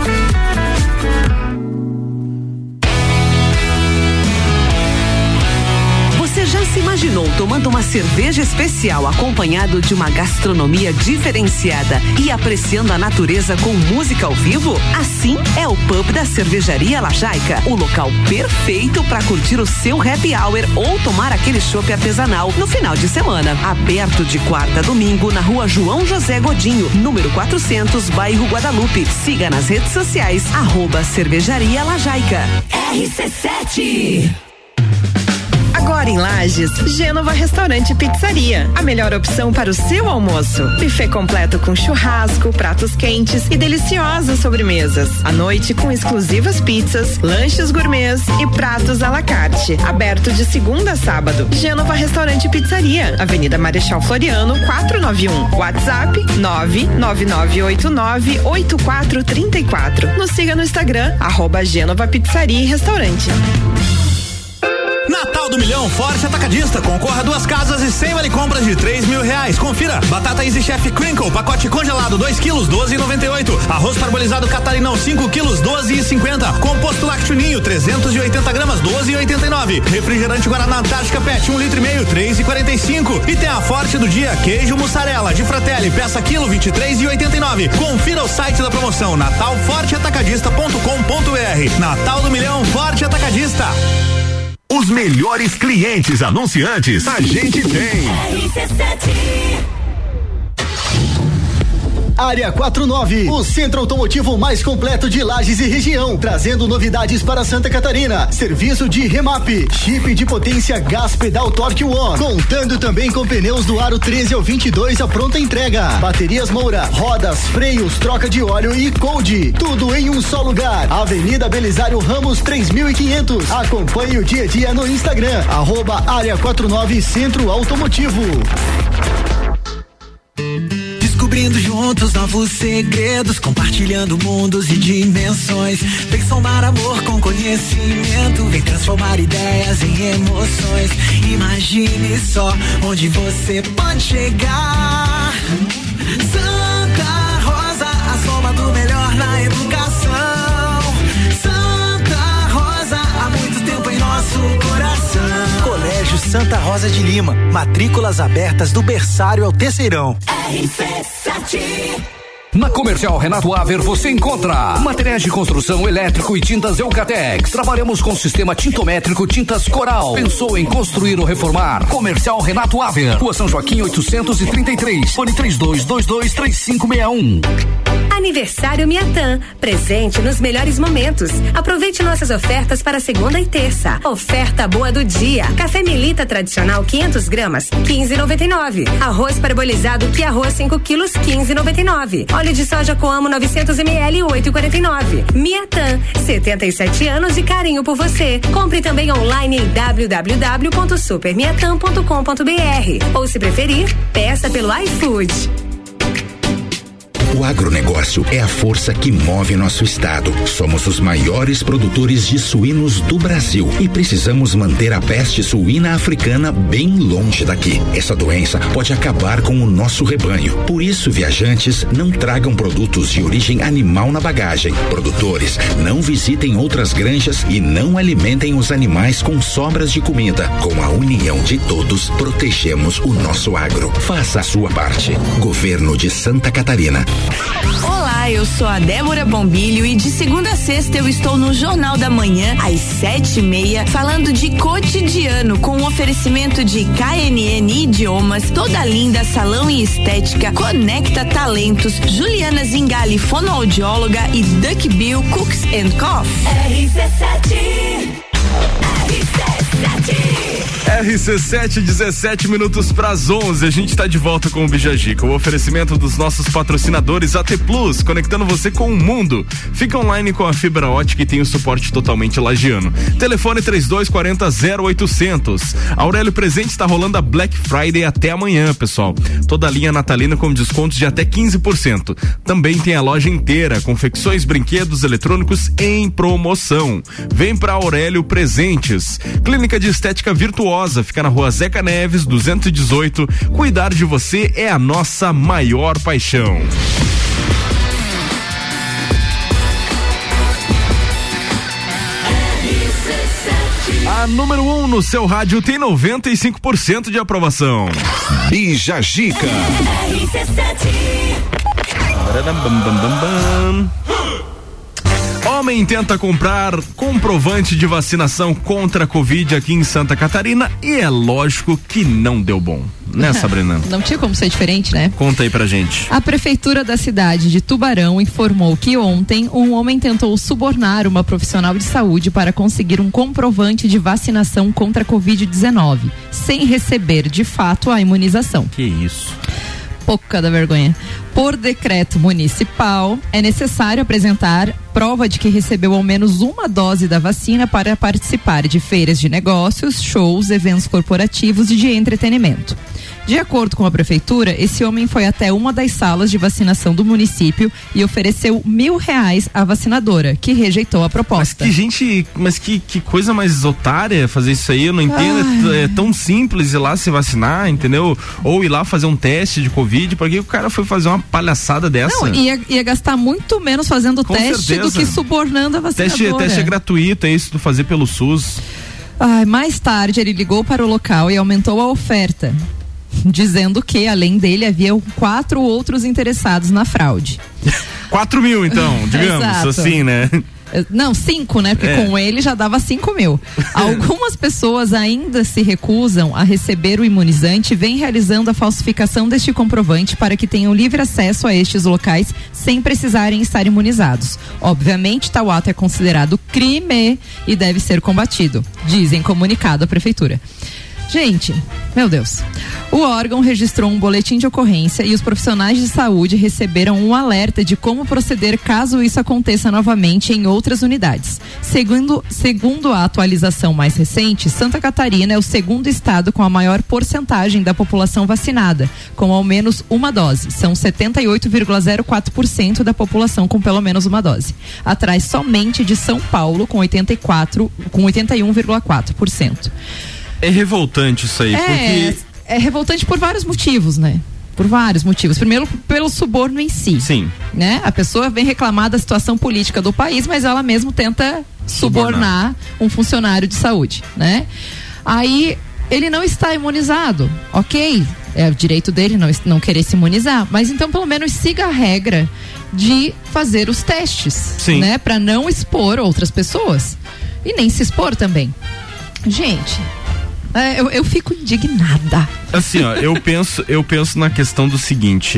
Você já se imaginou tomando uma cerveja especial acompanhado de uma gastronomia diferenciada e apreciando a natureza com música ao vivo? Assim é o pub da Cervejaria Lajaica, o local perfeito para curtir o seu happy hour ou tomar aquele chopp artesanal no final de semana. Aberto de quarta a domingo na Rua João José Godinho, número 400, bairro Guadalupe. Siga nas redes sociais @Cervejaria Lajaica. RC7. Agora em Lages, Gênova Restaurante e Pizzaria. A melhor opção para o seu almoço. Buffet completo com churrasco, pratos quentes e deliciosas sobremesas. À noite com exclusivas pizzas, lanches gourmets e pratos à la carte. Aberto de segunda a sábado. Gênova Restaurante e Pizzaria. Avenida Marechal Floriano, 491. WhatsApp 999898434. Nos siga no Instagram, @Gênova Pizzaria e Restaurante. Natal do Milhão Forte Atacadista. Concorra a 2 casas e 100 vale compras de R$3.000. Confira. Batata Easy Chef Crinkle, pacote congelado 2 quilos, 12,98. Arroz parbolizado Catarinão 5 quilos, 12,50. Composto Lácteo Ninho 380 gramas, 12,89. Refrigerante Guaraná Antártica Pet 1,5 litro, 3,45. E tem a Forte do dia, queijo mussarela de Fratelli, peça quilo 23,89. Confira o site da promoção natalforteatacadista.com.br. Natal do Milhão Forte Atacadista. Os melhores clientes anunciantes a gente tem. Área 49, o centro automotivo mais completo de Lages e região, trazendo novidades para Santa Catarina. Serviço de remap, chip de potência gás pedal Torque One, contando também com pneus do aro 13 ao 22 a pronta entrega. Baterias Moura, rodas, freios, troca de óleo e cold. Tudo em um só lugar. Avenida Belisário Ramos 3500. Acompanhe o dia a dia no Instagram, @Área 49 Centro Automotivo. Descobrindo juntos novos segredos, compartilhando mundos e dimensões. Vem somar amor com conhecimento, vem transformar ideias em emoções. Imagine só onde você pode chegar. Santa Rosa, a soma do melhor na educação. Santa Rosa, há muito tempo em nosso coração. Colégio Santa Rosa de Lima, matrículas abertas do berçário ao terceirão. RC7. Na Comercial Renato Haver você encontra materiais de construção, elétrico e tintas Eucatex. Trabalhamos com sistema tintométrico Tintas Coral. Pensou em construir ou reformar? Comercial Renato Haver, Rua São Joaquim 833, fone 32223561. Aniversário Miatã, presente nos melhores momentos. Aproveite nossas ofertas para segunda e terça. Oferta boa do dia: café Melita tradicional 500 gramas, 15,99. Arroz parabolizado que arroz 5 quilos, 15,99. Óleo de soja Coamo 900 ml, 8,49. Miatã, 77 anos de carinho por você. Compre também online em www.supermiatã.com.br ou, se preferir, peça pelo iFood. O agronegócio é a força que move nosso estado. Somos os maiores produtores de suínos do Brasil e precisamos manter a peste suína africana bem longe daqui. Essa doença pode acabar com o nosso rebanho. Por isso, viajantes, não tragam produtos de origem animal na bagagem. Produtores, não visitem outras granjas e não alimentem os animais com sobras de comida. Com a união de todos, protegemos o nosso agro. Faça a sua parte. Governo de Santa Catarina. Olá, eu sou a Débora Bombilho e de segunda a sexta eu estou no Jornal da Manhã, às 7:30, falando de cotidiano, com um oferecimento de KNN Idiomas, Toda Linda Salão e Estética, Conecta Talentos, Juliana Zingali, fonoaudióloga, e Duck Bill Cooks and Coffee. RC7, 17 minutos para as 11. A gente está de volta com o Bija Gica. O oferecimento dos nossos patrocinadores AT Plus, conectando você com o mundo. Fica online com a fibra ótica e tem o suporte totalmente lagiano. Telefone 3240-0800. Aurélio Presente está rolando a Black Friday até amanhã, pessoal. Toda a linha natalina com descontos de até 15%. Também tem a loja inteira, confecções, brinquedos, eletrônicos em promoção. Vem para Aurélio Presentes. Clínica de Estética Virtuosa, fica na Rua Zeca Neves, 218. Cuidar de você é a nossa maior paixão. A número 1 no seu rádio tem 95% de aprovação. Bija Gica. Homem tenta comprar comprovante de vacinação contra a Covid aqui em Santa Catarina e é lógico que não deu bom, né, Sabrina? Não tinha como ser diferente, né? Conta aí pra gente. A prefeitura da cidade de Tubarão informou que ontem um homem tentou subornar uma profissional de saúde para conseguir um comprovante de vacinação contra a Covid-19, sem receber de fato a imunização. Que isso? Pouca da vergonha. Por decreto municipal, é necessário apresentar prova de que recebeu ao menos uma dose da vacina para participar de feiras de negócios, shows, eventos corporativos e de entretenimento. De acordo com a prefeitura, esse homem foi até uma das salas de vacinação do município e ofereceu R$1.000 à vacinadora, que rejeitou a proposta. Mas que coisa mais otária fazer isso aí, eu não entendo. É tão simples ir lá se vacinar, entendeu? Ou ir lá fazer um teste de Covid, porque o cara foi fazer uma palhaçada dessa. Não, ia gastar muito menos fazendo com teste certeza. Do que subornando a vacinadora. Teste é gratuito, é isso, tu fazer pelo SUS. Mais tarde ele ligou para o local e aumentou a oferta, dizendo que, além dele, havia 4 outros interessados na fraude. 4 mil, então, digamos, assim, né? Não, 5, né? Porque com ele já dava 5 mil. Algumas pessoas ainda se recusam a receber o imunizante e vêm realizando a falsificação deste comprovante para que tenham livre acesso a estes locais sem precisarem estar imunizados. Obviamente, tal ato é considerado crime e deve ser combatido, diz em comunicado a prefeitura. Gente, meu Deus. O órgão registrou um boletim de ocorrência e os profissionais de saúde receberam um alerta de como proceder caso isso aconteça novamente em outras unidades. Segundo a atualização mais recente, Santa Catarina é o segundo estado com a maior porcentagem da população vacinada, com ao menos uma dose. São 78,04% da população com pelo menos uma dose. Atrás somente de São Paulo, com 81,4%. É revoltante isso aí, porque... É revoltante por vários motivos, né? Por vários motivos. Primeiro, pelo suborno em si. Sim. Né? A pessoa vem reclamar da situação política do país, mas ela mesmo tenta subornar um funcionário de saúde, né? Aí, ele não está imunizado, ok? É o direito dele não querer se imunizar, mas então pelo menos siga a regra de fazer os testes, sim, né? Pra não expor outras pessoas. E nem se expor também. Gente... Eu fico indignada. Assim, ó, eu penso na questão do seguinte,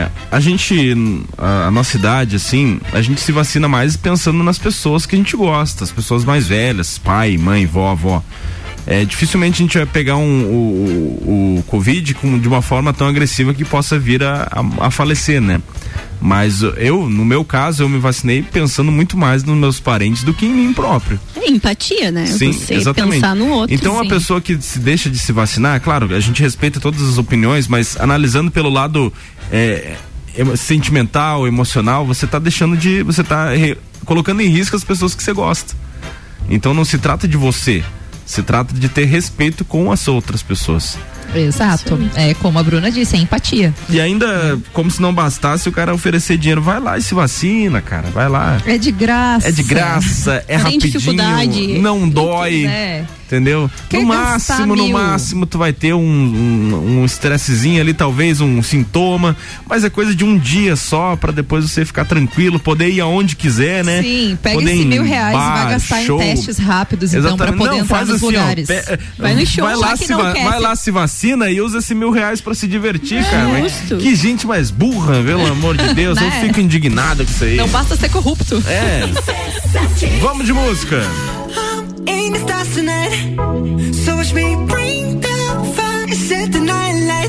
a nossa idade, assim, a gente se vacina mais pensando nas pessoas que a gente gosta, as pessoas mais velhas, pai, mãe, vó, avó. Dificilmente a gente vai pegar o Covid de uma forma tão agressiva que possa vir a falecer, né? Mas no meu caso, eu me vacinei pensando muito mais nos meus parentes do que em mim próprio. É empatia, né? Sim, você exatamente. Pensar no outro. Então, sim, a pessoa que se deixa de se vacinar, claro, a gente respeita todas as opiniões, mas analisando pelo lado sentimental, emocional, você tá colocando em risco as pessoas que você gosta. Então, não se trata de você, se trata de ter respeito com as outras pessoas. Exato. É como a Bruna disse, é empatia. E ainda, como se não bastasse o cara oferecer dinheiro, vai lá e se vacina, cara, vai lá. É de graça. É rapidinho, não dói. Entendeu? No máximo tu vai ter um estressezinho ali, talvez um sintoma, mas é coisa de um dia só, pra depois você ficar tranquilo, poder ir aonde quiser, né? Sim, pega esse R$1.000 e vai gastar em testes rápidos, então, pra poder entrar nos lugares. Vai no show, vai lá se vacina e usa esse R$1.000 pra se divertir, cara. Justo. Que gente mais burra, pelo amor de Deus, eu fico indignado com isso aí. Não basta ser corrupto. Vamos de música. In the stars tonight, so watch me bring the fire, set the night light.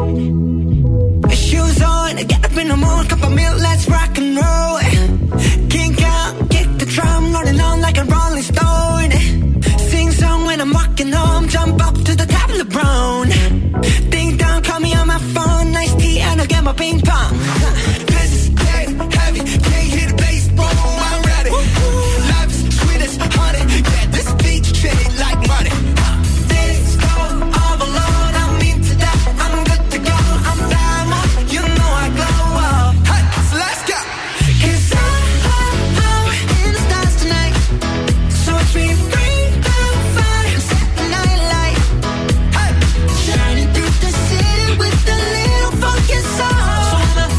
Shoes on, get up in the morning, cup of milk, let's rock and roll. Kink out, kick the drum, rolling on like a rolling stone. Sing song when I'm walking home, jump up to the top of the brown. Ding dong, call me on my phone, nice tea and I'll get my ping pong. This is getting heavy, can't hear the bass, boom, I'm ready. Life is sweet as honey, yeah, this beach shade like money. This go all alone, I'm into that, I'm good to go, I'm diamond, you know I glow up. Hey, so let's go. 'Cause I'm in the stars tonight, so watch me bring the fire, set the night light. Hey, shining through the city with a little funky soul. So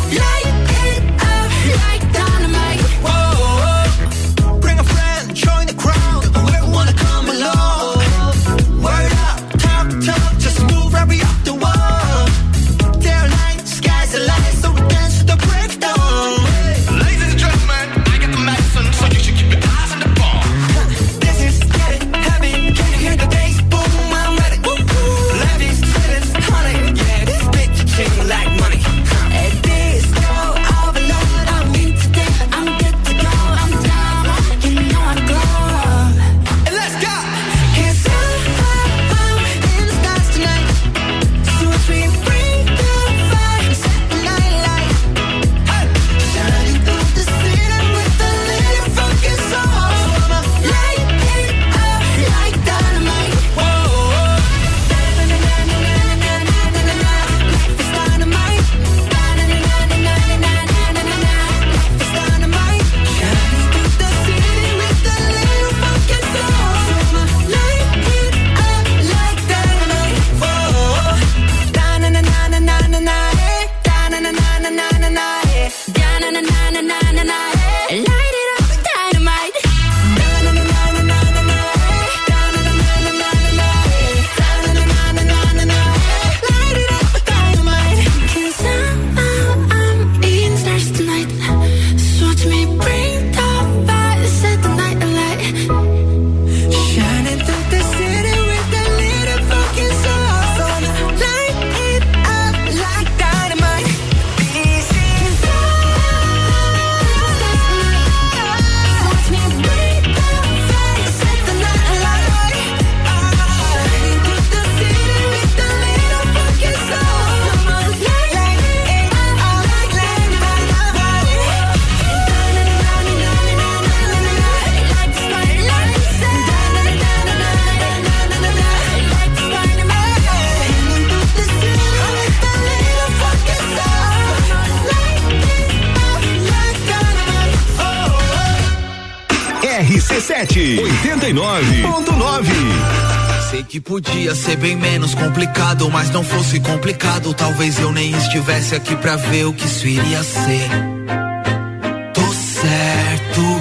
RC7 89.9. Sei que podia ser bem menos complicado, mas não fosse complicado, talvez eu nem estivesse aqui pra ver o que isso iria ser. Tô certo.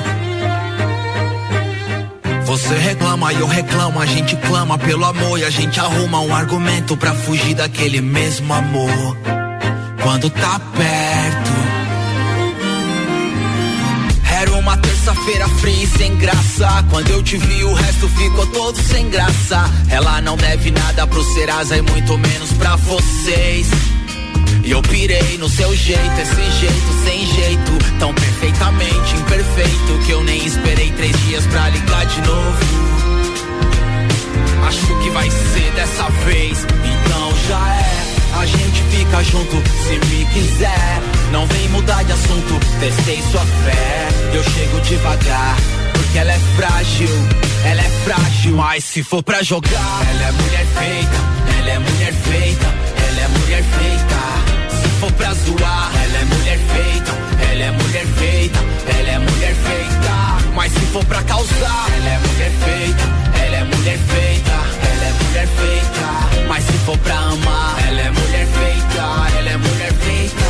Você reclama e eu reclamo, a gente clama pelo amor e a gente arruma um argumento pra fugir daquele mesmo amor. Quando tá perto. Era uma terça-feira fria e sem graça. Quando eu te vi o resto ficou todo sem graça. Ela não deve nada pro Serasa e muito menos pra vocês. E eu pirei no seu jeito, esse jeito sem jeito, tão perfeitamente imperfeito que eu nem esperei 3 dias pra ligar de novo. Acho que vai ser dessa vez, então já é. A gente fica junto se me quiser. Não vem mudar de assunto, testei sua fé. Eu chego devagar, porque ela é frágil. Ela é frágil, mas se for pra jogar, ela é mulher feita, ela é mulher feita, ela é mulher feita. Se for pra zoar, ela é mulher feita, ela é mulher feita, ela é mulher feita. Mas se for pra causar, ela é mulher feita, ela é mulher feita, ela é mulher feita. Mas se for pra amar, ela é mulher feita, ela é mulher feita.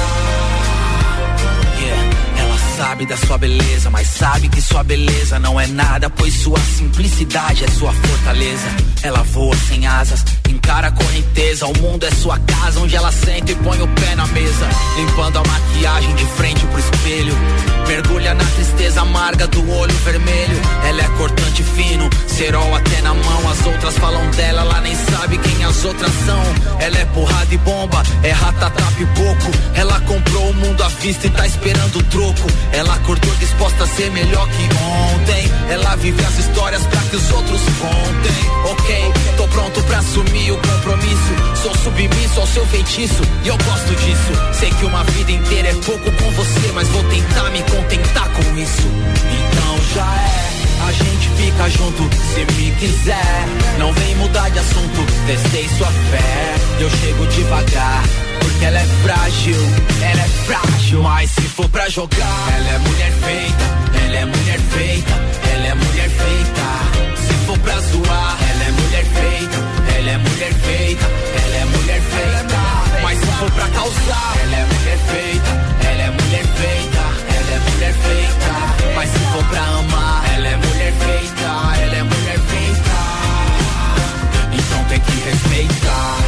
Yeah. Ela sabe da sua beleza, mas sabe que sua beleza não é nada, pois sua simplicidade é sua fortaleza. Ela voa sem asas, encara a correnteza. O mundo é sua casa, onde ela senta e põe o pé na mesa. Limpando a maquiagem de frente pro espelho, mergulha na tristeza amarga do olho vermelho. Ela é cortante fino, cerol até na mão. As outras falam dela, ela nem sabe quem as outras são. Ela é porrada e bomba, é ratatá pipoco. Ela comprou o mundo à vista e tá esperando o troco. Ela acordou disposta a ser melhor que ontem. Ela vive as histórias pra que os outros contem. Ok, tô pronto pra assumir o compromisso. Sou submisso ao seu feitiço e eu gosto disso. Sei que uma vida inteira é pouco com você, mas vou tentar me contentar com isso. Então já é. A gente fica junto se me quiser. Não vem mudar de assunto, testei sua fé. Eu chego devagar, porque ela é frágil, ela é frágil. Mas se for pra jogar, ela é mulher feita, ela é mulher feita, ela é mulher feita. Se for pra zoar, ela é mulher feita, ela é mulher feita, ela é mulher feita. Mas se for pra causar, ela é mulher feita, ela é mulher feita, ela é mulher feita. Mas se for pra amar, ela é mulher feita, ela é mulher feita. Então tem que respeitar.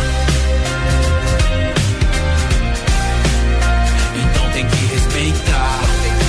Então tem que respeitar.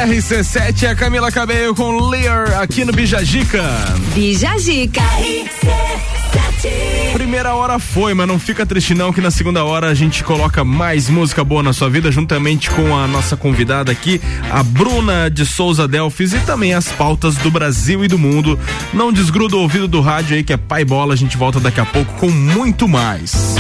RC7 é a Camila Cabello com Lear aqui no Bijagica. Bijagica. Primeira hora foi, mas não fica triste não, que na segunda hora a gente coloca mais música boa na sua vida, juntamente com a nossa convidada aqui, a Bruna de Souza Delfis, e também as pautas do Brasil e do mundo. Não desgruda o ouvido do rádio aí, que é Pai Bola. A gente volta daqui a pouco com muito mais.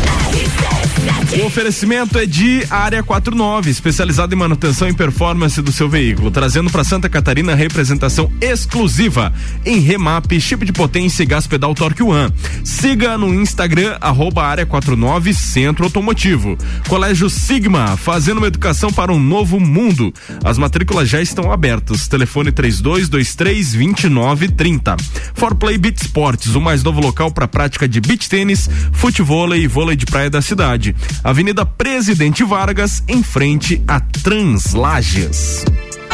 O oferecimento é de Área 49, especializada em manutenção e performance do seu veículo, trazendo para Santa Catarina representação exclusiva em remap, chip de potência e gás pedal Torque One. Siga no Instagram @Área 49 Centro Automotivo. Colégio Sigma, fazendo uma educação para um novo mundo. As matrículas já estão abertas. Telefone 3223-2930. For Play Beach Sports, o mais novo local para prática de beach tênis, futevôlei e vôlei de praia da cidade. Avenida Presidente Vargas, em frente a Translages.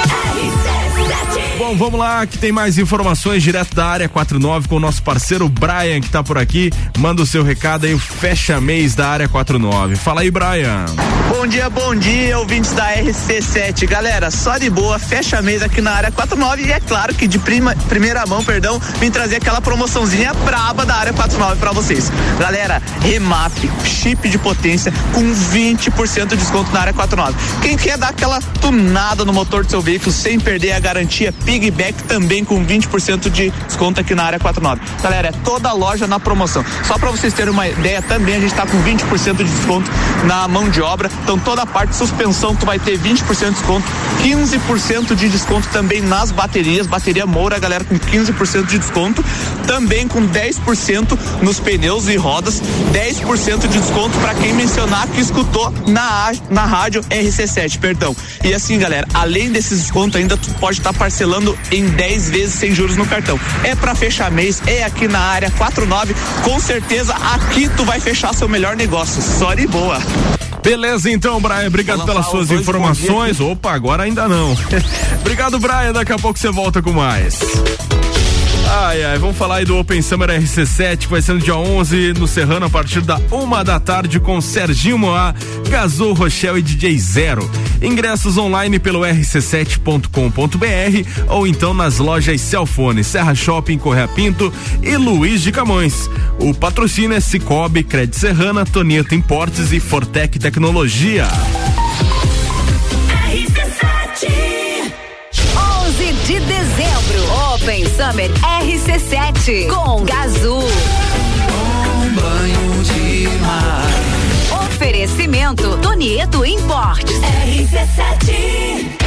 Bom, vamos lá, que tem mais informações direto da Área 49 com o nosso parceiro Brian, que tá por aqui. Manda o seu recado aí, o fecha mês da Área 49. Fala aí, Brian. Bom dia, ouvintes da RC7. Galera, só de boa, fecha mês aqui na Área 49 e é claro que de primeira mão, vim trazer aquela promoçãozinha braba da Área 49 pra vocês. Galera, remap, chip de potência com 20% de desconto na Área 49. Quem quer dar aquela tunada no motor do seu veículo sem perder a garantia, Pigback também com 20% de desconto aqui na Área 49. Galera, é toda a loja na promoção. Só pra vocês terem uma ideia, também a gente tá com 20% de desconto na mão de obra. Então toda a parte de suspensão tu vai ter 20% de desconto, 15% de desconto também nas baterias, bateria Moura, galera, com 15% de desconto, também com 10% nos pneus e rodas, 10% de desconto para quem mencionar que escutou na rádio RC7, perdão. E assim, galera, além desses descontos ainda tu pode estar parcelando em 10 vezes sem juros no cartão. É pra fechar mês, é aqui na Área 49, com certeza aqui tu vai fechar seu melhor negócio, só de boa. Beleza então, Brian, obrigado pelas suas informações. Opa, agora ainda não. Obrigado, Brian, daqui a pouco você volta com mais. Vamos falar aí do Open Summer RC7, que vai ser no dia 11 no Serrano, a partir da 1 da tarde, com Serginho Moá, Gazou, Rochelle e DJ Zero. Ingressos online pelo rc7.com.br ou então nas lojas Celfone, Serra Shopping, Correia Pinto e Luiz de Camões. O patrocínio é Cicobi, Crédito Serrana, Tonieto Importes e Fortec Tecnologia. De dezembro, Open Summer RC7 com Gazoo. Banho de mar. Oferecimento Tonieto Importes. RC7.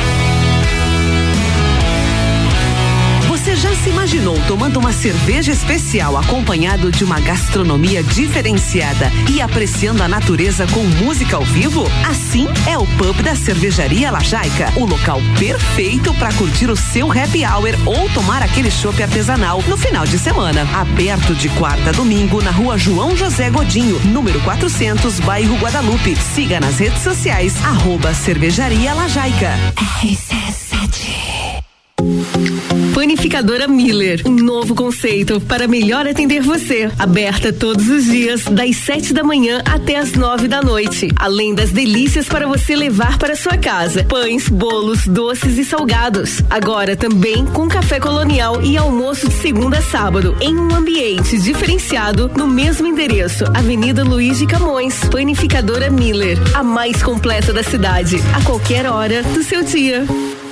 Você já se imaginou tomando uma cerveja especial acompanhado de uma gastronomia diferenciada e apreciando a natureza com música ao vivo? Assim é o pub da Cervejaria Lajaica, o local perfeito para curtir o seu happy hour ou tomar aquele chopp artesanal no final de semana. Aberto de quarta a domingo na Rua João José Godinho, número 400, bairro Guadalupe. Siga nas redes sociais @Cervejaria Lajaica. RC7. Panificadora Miller, um novo conceito para melhor atender você. Aberta todos os dias, das 7 da manhã até as 9 da noite. Além das delícias para você levar para sua casa: pães, bolos, doces e salgados. Agora também com café colonial e almoço de segunda a sábado, em um ambiente diferenciado, no mesmo endereço, Avenida Luiz de Camões. Panificadora Miller, a mais completa da cidade, a qualquer hora do seu dia.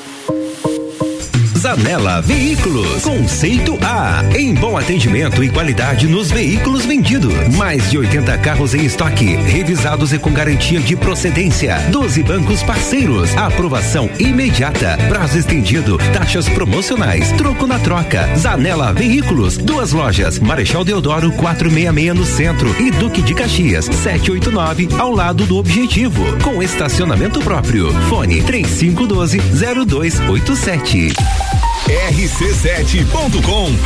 Zanela Veículos, conceito A, em bom atendimento e qualidade nos veículos vendidos. Mais de 80 carros em estoque, revisados e com garantia de procedência. 12 bancos parceiros, aprovação imediata, prazo estendido, taxas promocionais, troco na troca. Zanela Veículos, 2 lojas, Marechal Deodoro 466 no centro e Duque de Caxias 789 ao lado do Objetivo, com estacionamento próprio. Fone 3512-0287. rc7.com.br.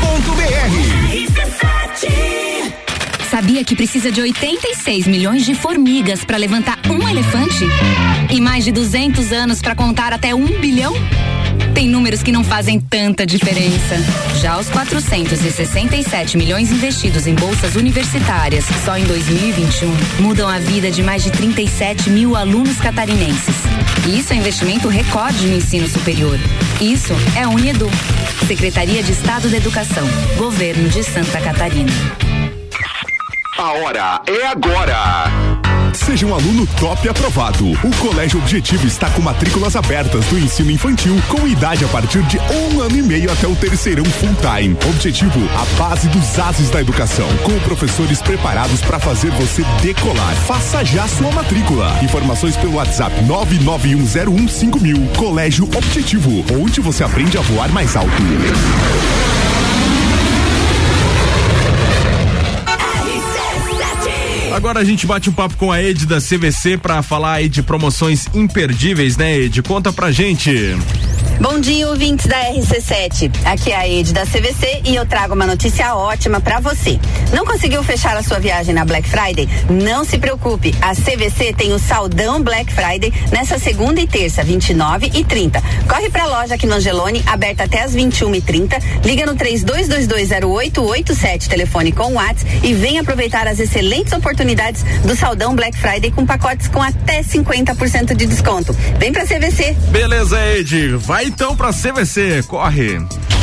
Sabia que precisa de 86 milhões de formigas para levantar um elefante? E mais de 200 anos para contar até 1 bilhão? Tem números que não fazem tanta diferença. Já os 467 milhões investidos em bolsas universitárias só em 2021 mudam a vida de mais de 37 mil alunos catarinenses. E isso é investimento recorde no ensino superior. Isso é a Uniedu. Secretaria de Estado da Educação. Governo de Santa Catarina. A hora é agora. Seja um aluno top aprovado. O Colégio Objetivo está com matrículas abertas do ensino infantil com idade a partir de 1 ano e meio até o terceirão full time. Objetivo, a base dos ases da educação, com professores preparados para fazer você decolar. Faça já sua matrícula. Informações pelo WhatsApp 991015000. Colégio Objetivo, onde você aprende a voar mais alto. Agora a gente bate um papo com a Ed da CVC pra falar aí de promoções imperdíveis, né, Ed? Conta pra gente. Bom dia, ouvintes da RC7. Aqui é a Ed da CVC e eu trago uma notícia ótima pra você. Não conseguiu fechar a sua viagem na Black Friday? Não se preocupe, a CVC tem o Saldão Black Friday nessa segunda e terça, 29 e 30. Corre pra loja aqui no Angelone, aberta até as 21h30. Liga no 32220887, telefone com WhatsApp, e vem aproveitar as excelentes oportunidades do Saldão Black Friday com pacotes com até 50% de desconto. Vem pra CVC. Beleza, Ed. Vai então pra CVC, corre.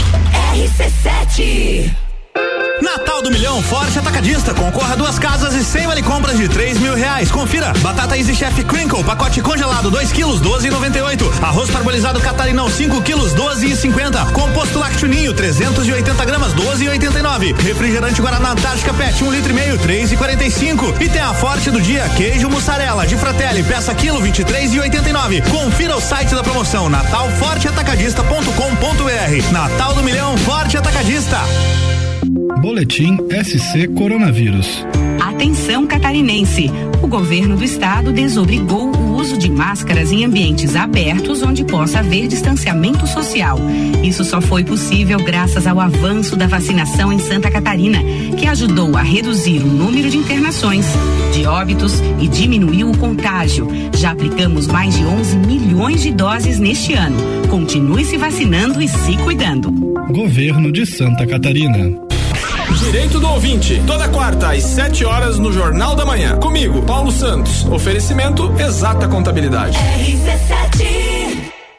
RC7. Natal do Milhão Forte Atacadista. Concorra a 2 casas e 100 vale compras de R$3.000. Confira. Batata Easy Chef Crinkle, pacote congelado 2 quilos, 12,98. Arroz parbolizado Catarinão 5 quilos, 12,50. Composto lácteo Ninho 380 gramas, 12,89. Refrigerante Guaraná Antártica Pet 1,5 litro, 3,45. E tem a Forte do dia, queijo mussarela de Fratelli, peça quilo 23,89. Confira o site da promoção natalforteatacadista.com.br. Natal do Milhão Forte Atacadista. Boletim SC Coronavírus. Atenção catarinense, o governo do estado desobrigou o uso de máscaras em ambientes abertos onde possa haver distanciamento social. Isso só foi possível graças ao avanço da vacinação em Santa Catarina, que ajudou a reduzir o número de internações, de óbitos e diminuiu o contágio. Já aplicamos mais de 11 milhões de doses neste ano. Continue se vacinando e se cuidando. Governo de Santa Catarina. Direito do ouvinte, toda quarta às 7 horas no Jornal da Manhã. Comigo, Paulo Santos. Oferecimento Exata Contabilidade. RC7.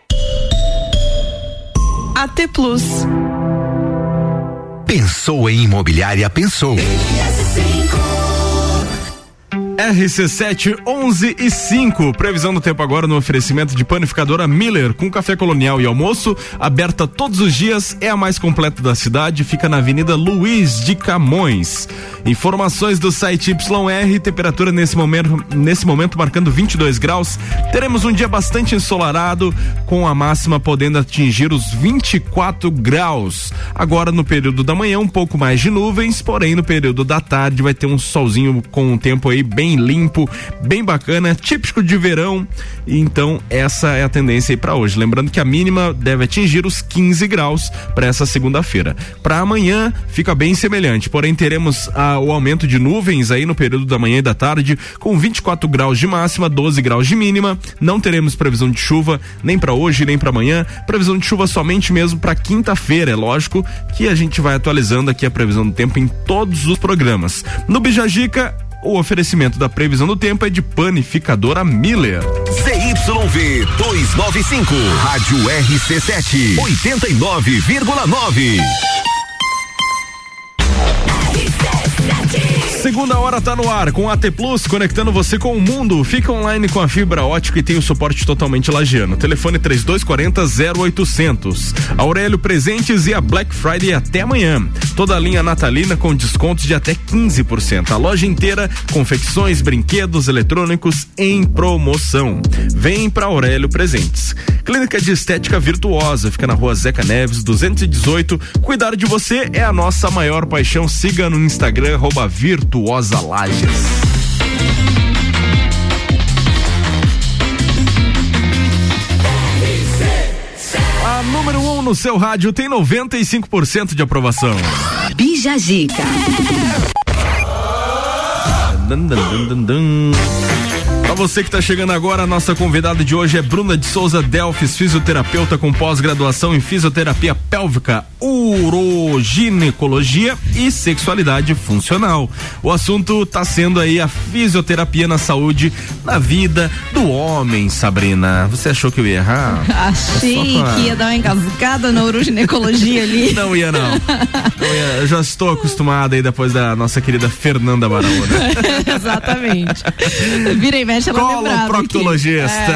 AT Plus. Pensou em imobiliária, pensou. RC7 11:05. Previsão do tempo agora no oferecimento de Panificadora Miller, com café colonial e almoço, aberta todos os dias, é a mais completa da cidade, fica na Avenida Luiz de Camões. Informações do site YR, temperatura nesse momento marcando 22 graus. Teremos um dia bastante ensolarado, com a máxima podendo atingir os 24 graus. Agora no período da manhã um pouco mais de nuvens, porém no período da tarde vai ter um solzinho com um tempo aí bem limpo, bem bacana, típico de verão. Então essa é a tendência aí para hoje. Lembrando que a mínima deve atingir os 15 graus para essa segunda-feira. Para amanhã fica bem semelhante, porém teremos o aumento de nuvens aí no período da manhã e da tarde, com 24 graus de máxima, 12 graus de mínima. Não teremos previsão de chuva nem para hoje nem para amanhã. Previsão de chuva somente mesmo para quinta-feira. É lógico que a gente vai atualizando aqui a previsão do tempo em todos os programas. No Bijagica, o oferecimento da previsão do tempo é de Panificadora Miller. ZYV 295, Rádio RC7, 89,9. Segunda hora tá no ar com a AT Plus, conectando você com o mundo. Fica online com a fibra ótica e tem o suporte totalmente lagiano. Telefone 3240-0800. Aurélio Presentes e a Black Friday até amanhã. Toda a linha natalina com descontos de até 15%. A loja inteira, confecções, brinquedos, eletrônicos em promoção. Vem pra Aurélio Presentes. Clínica de Estética Virtuosa, fica na Rua Zeca Neves, 218. Cuidar de você é a nossa maior paixão. Siga no Instagram, @Virtuosa Lages. A número 1 no seu rádio tem 95% de aprovação. Bijagica. Pra você que está chegando agora, a nossa convidada de hoje é Bruna de Souza Delfis, fisioterapeuta com pós-graduação em fisioterapia pélvica, uroginecologia e sexualidade funcional. O assunto está sendo aí a fisioterapia na saúde, na vida do homem, Sabrina. Você achou que eu ia errar? Achei que ia dar uma engasgada na uroginecologia ali. Não ia, não. Eu já estou acostumada aí depois da nossa querida Fernanda Barão, né? Exatamente. Vira e mexe, ela lembrava. Proctologista.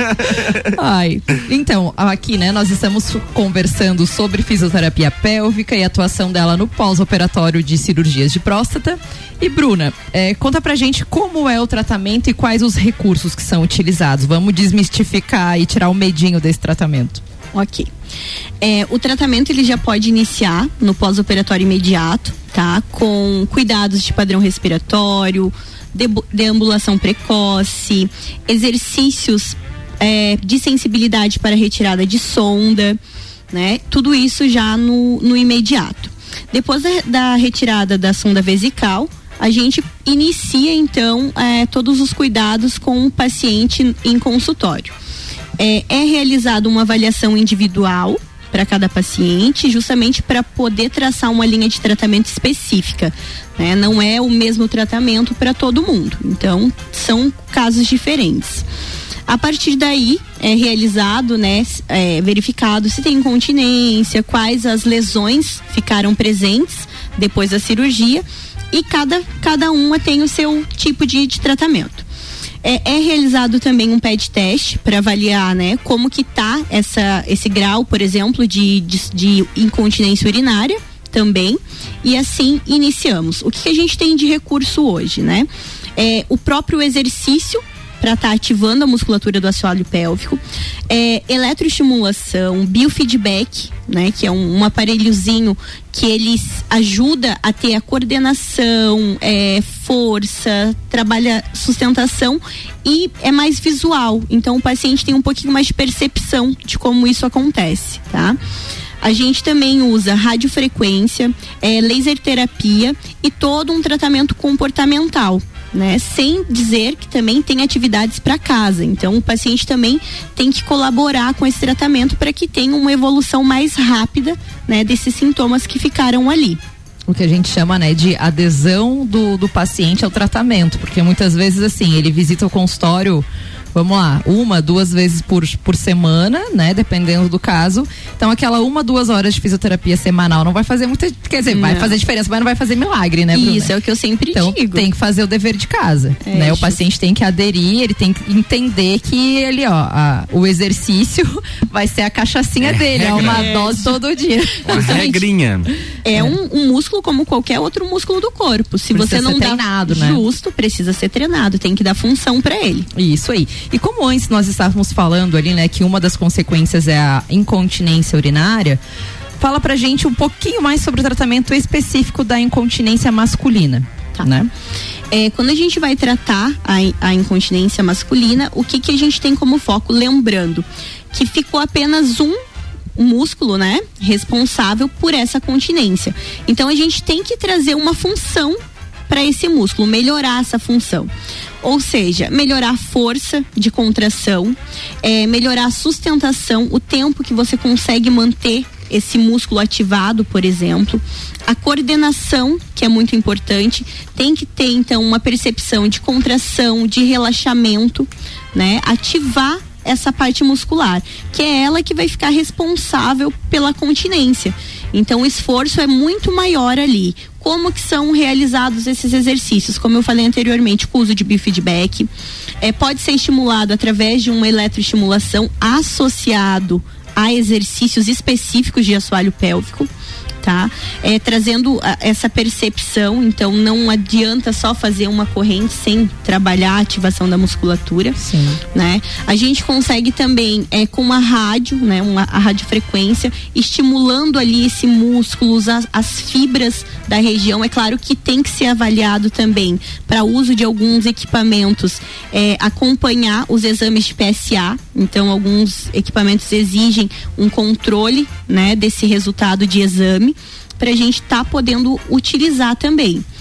Ai, então, aqui, né, nós estamos conversando sobre fisioterapia pélvica e a atuação dela no pós-operatório de cirurgias de próstata. E Bruna, conta pra gente como é o tratamento e quais os recursos que são utilizados. Vamos desmistificar e tirar o medinho desse tratamento. Ok. O tratamento ele já pode iniciar no pós-operatório imediato, tá? Com cuidados de padrão respiratório, deambulação precoce, exercícios de sensibilidade para retirada de sonda, né? Tudo isso já no imediato. Depois da retirada da sonda vesical, a gente inicia então todos os cuidados com o paciente em consultório. É realizada uma avaliação individual para cada paciente, justamente para poder traçar uma linha de tratamento específica, né? Não é o mesmo tratamento para todo mundo, então são casos diferentes. A partir daí é realizado, né, verificado se tem incontinência, quais as lesões ficaram presentes depois da cirurgia, e cada uma tem o seu tipo de tratamento. É realizado também um PET teste para avaliar, né, como que tá esse grau, por exemplo, de incontinência urinária também, e assim iniciamos. O que a gente tem de recurso hoje, né? O próprio exercício para estar ativando a musculatura do assoalho pélvico, eletroestimulação, biofeedback, né, que é um aparelhozinho que ele ajuda a ter a coordenação, força, trabalha sustentação e é mais visual. Então o paciente tem um pouquinho mais de percepção de como isso acontece, tá? A gente também usa radiofrequência, laser terapia e todo um tratamento comportamental, né? Sem dizer que também tem atividades para casa. Então o paciente também tem que colaborar com esse tratamento para que tenha uma evolução mais rápida, né, desses sintomas que ficaram ali. O que a gente chama, né, de adesão do paciente ao tratamento, porque muitas vezes assim, ele visita o consultório, vamos lá, 1-2 vezes por semana, né? Dependendo do caso. Então aquela 1-2 horas de fisioterapia semanal não vai fazer muita, quer dizer, vai fazer diferença, mas não vai fazer milagre, né, Bruna? Isso é o que eu sempre digo. Então tem que fazer o dever de casa, né? O paciente tem que aderir, ele tem que entender que ele, o exercício vai ser a cachaçinha dele, uma dose todo dia. Uma regrinha. Um músculo como qualquer outro músculo do corpo. Se precisa você não dá treinado, justo, precisa ser treinado, tem que dar função para ele. Isso aí. E como antes nós estávamos falando ali, né, que uma das consequências é a incontinência urinária, fala pra gente um pouquinho mais sobre o tratamento específico da incontinência masculina, né? Quando a gente vai tratar a incontinência masculina, o que a gente tem como foco? Lembrando que ficou apenas um músculo, né, responsável por essa continência. Então a gente tem que trazer uma função para esse músculo, melhorar essa função. Ou seja, melhorar a força de contração, melhorar a sustentação, o tempo que você consegue manter esse músculo ativado, por exemplo. A coordenação, que é muito importante, tem que ter então uma percepção de contração, de relaxamento, né? Ativar essa parte muscular, que é ela que vai ficar responsável pela continência. Então o esforço é muito maior ali. Como que são realizados esses exercícios? Como eu falei anteriormente, com o uso de biofeedback, pode ser estimulado através de uma eletroestimulação associado a exercícios específicos de assoalho pélvico, tá? Trazendo essa percepção, então não adianta só fazer uma corrente sem trabalhar a ativação da musculatura. Sim. Né? A gente consegue também com a rádio, né? A radiofrequência, estimulando ali esse músculo, as fibras da região. É claro que tem que ser avaliado também para uso de alguns equipamentos, acompanhar os exames de PSA. Então alguns equipamentos exigem um controle, né, desse resultado de exame, para a gente podendo utilizar também.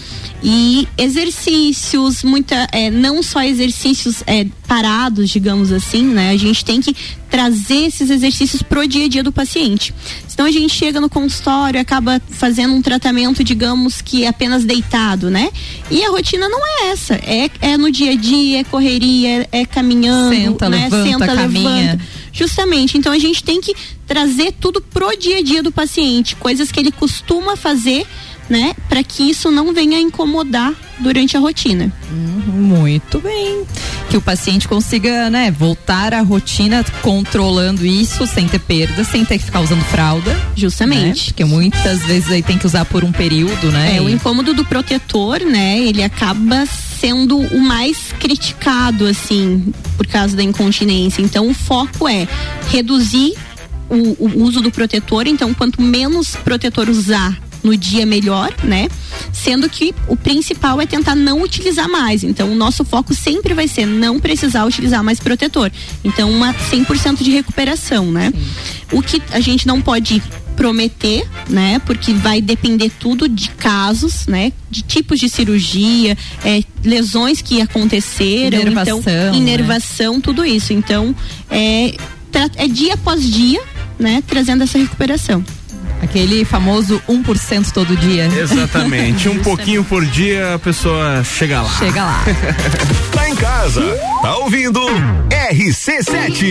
E exercícios, não só exercícios parados, digamos assim, né? A gente tem que trazer esses exercícios pro dia a dia do paciente. Senão a gente chega no consultório e acaba fazendo um tratamento, digamos que é apenas deitado, né? E a rotina não é essa. É no dia a dia, é correria, é caminhando, senta, né? levanta, caminha. Justamente. Então a gente tem que trazer tudo pro dia a dia do paciente, coisas que ele costuma fazer, né, para que isso não venha incomodar durante a rotina. Muito bem. Que o paciente consiga, né, voltar à rotina controlando isso, sem ter perda, sem ter que ficar usando fralda. Justamente. Né? Porque muitas vezes aí tem que usar por um período, né? O incômodo do protetor, né, ele acaba sendo o mais criticado, assim, por causa da incontinência. Então o foco é reduzir o uso do protetor. Então quanto menos protetor usar no dia, melhor, né? Sendo que o principal é tentar não utilizar mais. Então o nosso foco sempre vai ser não precisar utilizar mais protetor. Então 100% de recuperação, né? Sim. O que a gente não pode prometer, né? Porque vai depender tudo de casos, né? De tipos de cirurgia, lesões que aconteceram, inervação, né? Tudo isso. Então é dia após dia, né? Trazendo essa recuperação. Aquele famoso 1% todo dia. Exatamente. Um pouquinho por dia a pessoa chega lá. Chega lá. Tá em casa, tá ouvindo RC7.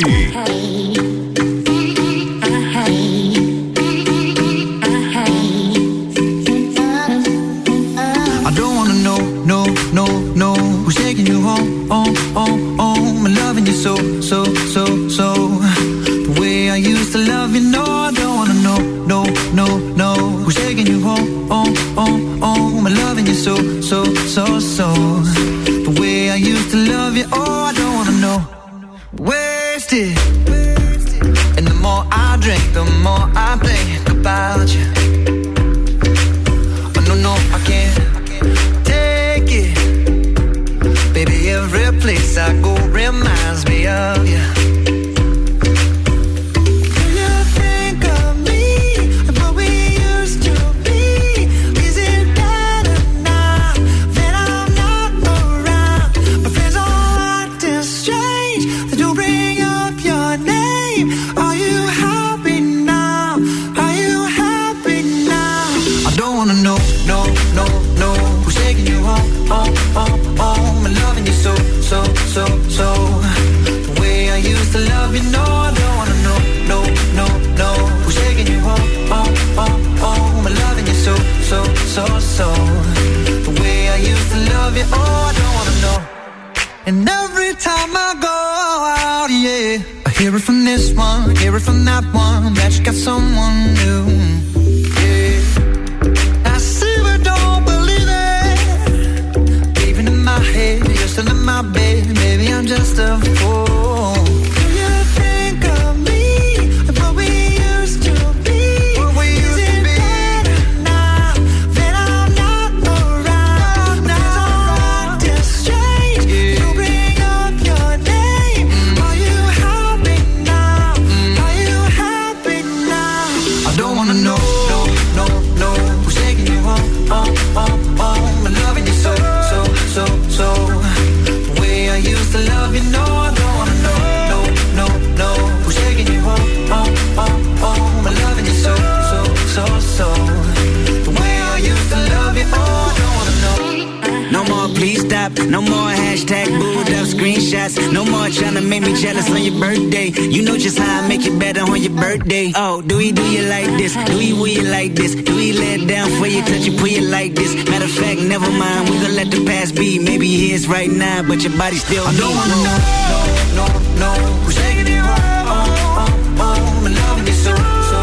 I don't wanna know who's taking you home, I'm loving you so. The way I used to love you, no, I don't wanna know who's taking you home, I'm loving you so. The way I used to love you, I don't wanna know. Wasted, and the more I drink, the more I think about you. Oh, no, I can't take it. Baby, every place I go reminds me of you. So the way I used to love you, no, I don't wanna know who's taking you home, I'm loving you so. The way I used to love you, I don't wanna know. And every time I go out, yeah, I hear it from this one, hear it from that one, that you got someone new. Yeah, I see but don't believe it. Even in my head, you're still in my bed. Maybe I'm just a fool. Do you think of me, of what we used to be? Is it better now that I'm not around? Now it's strange to bring up your name. Are you happy now? Are you happy now? I don't wanna know who's taking you home, I'm loving you so. I used to love you, no, I don't wanna know who's taking you home, I'm loving you so. The way I used to love you, I don't wanna know. No more please stop, no more hashtag booed up screenshots, no more trying to make me jealous on your birthday. You know just how I make it better on your birthday. Oh, do you like this? Do you will you like this? Do we let it down for you, touch you, pull you like this? Matter of fact, never mind, we gon' let the past be. Maybe here's right now, but your body still I don't wanna know who's taking you home, I'm loving you so.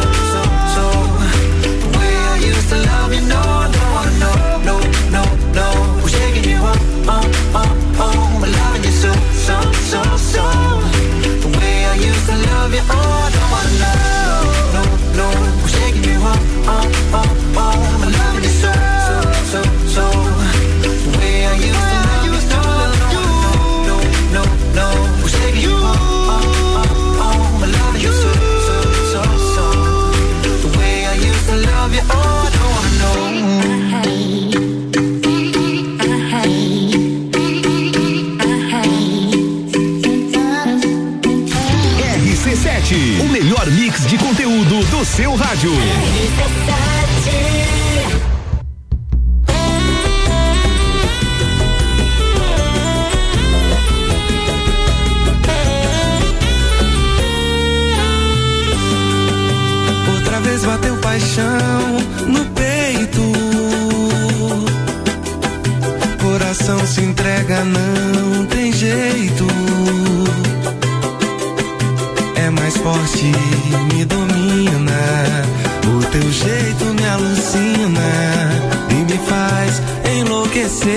The way I used to love you, no, I don't wanna know who's taking you home, I'm loving you so. The way I used to love you, I don't wanna know who's taking you home, I'm loving you so. The way I used to love you, no, who's taking you home, RC7, o melhor mix de conteúdo do seu rádio. Outra vez bateu paixão no peito, coração se entrega, não tem jeito. É mais forte, me domina, o teu jeito me alucina e me faz enlouquecer.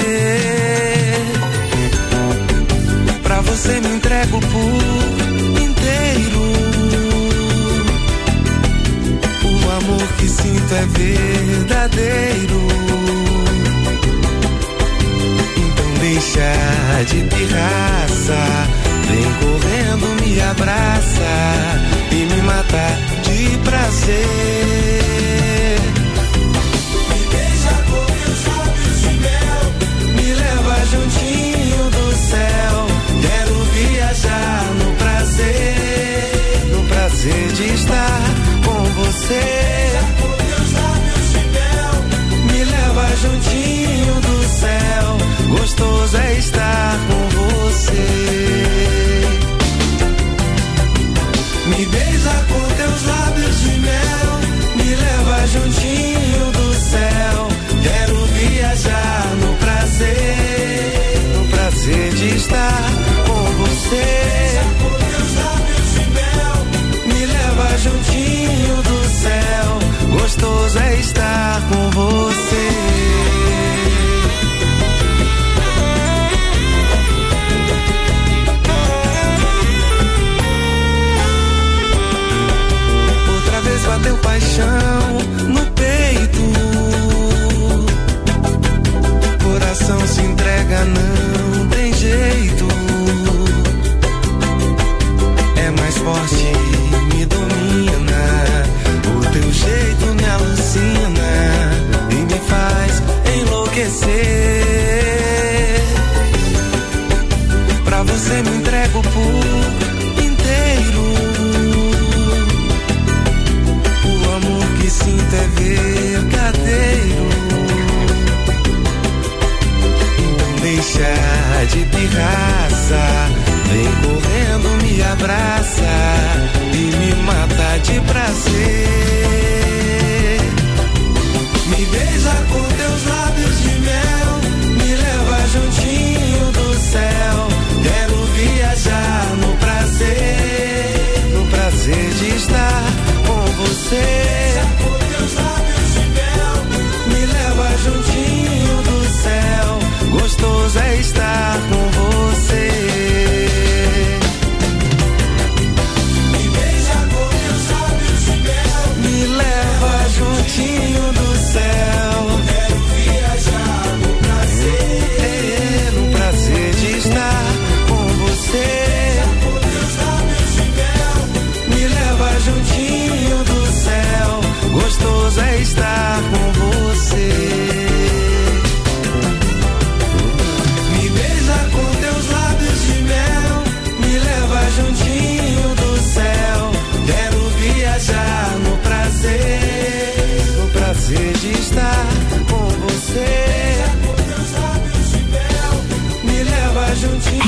Pra você me entrego por inteiro, o amor que sinto é verdadeiro. Deixa de pirraça, vem correndo, me abraça e me mata de prazer. Me beija com meus lábios de mel, me leva juntinho do céu. Quero viajar no prazer de estar com você. Com meus lábios de mel, me leva juntinho do céu. Gostoso é estar com você. Me beija com teus lábios de mel, me leva juntinho do céu. Quero viajar no prazer de estar com você. Com teus lábios de mel, me leva juntinho do céu. Gostoso é estar com você. Bateu paixão no peito, coração se entrega, não tem jeito. É mais forte, me domina, o teu jeito me alucina e me faz enlouquecer. Pra você me entrego por inteiro, sinto é verdadeiro. Então deixa de pirraça, vem correndo, me abraça e me mata de prazer. Me beija com teus lábios de mel, me leva juntinho do céu. Quero viajar no prazer de estar com você. Juntinho do céu, gostoso é estar com você. Me beija com meus lábios de mel, me leva juntinho do céu. Quero viajar no prazer de estar com você. Com meus lábios de mel, me leva juntinho do céu. Gostoso é estar com você. Juntinho do céu, quero viajar no prazer de estar com você. Me leva juntinho.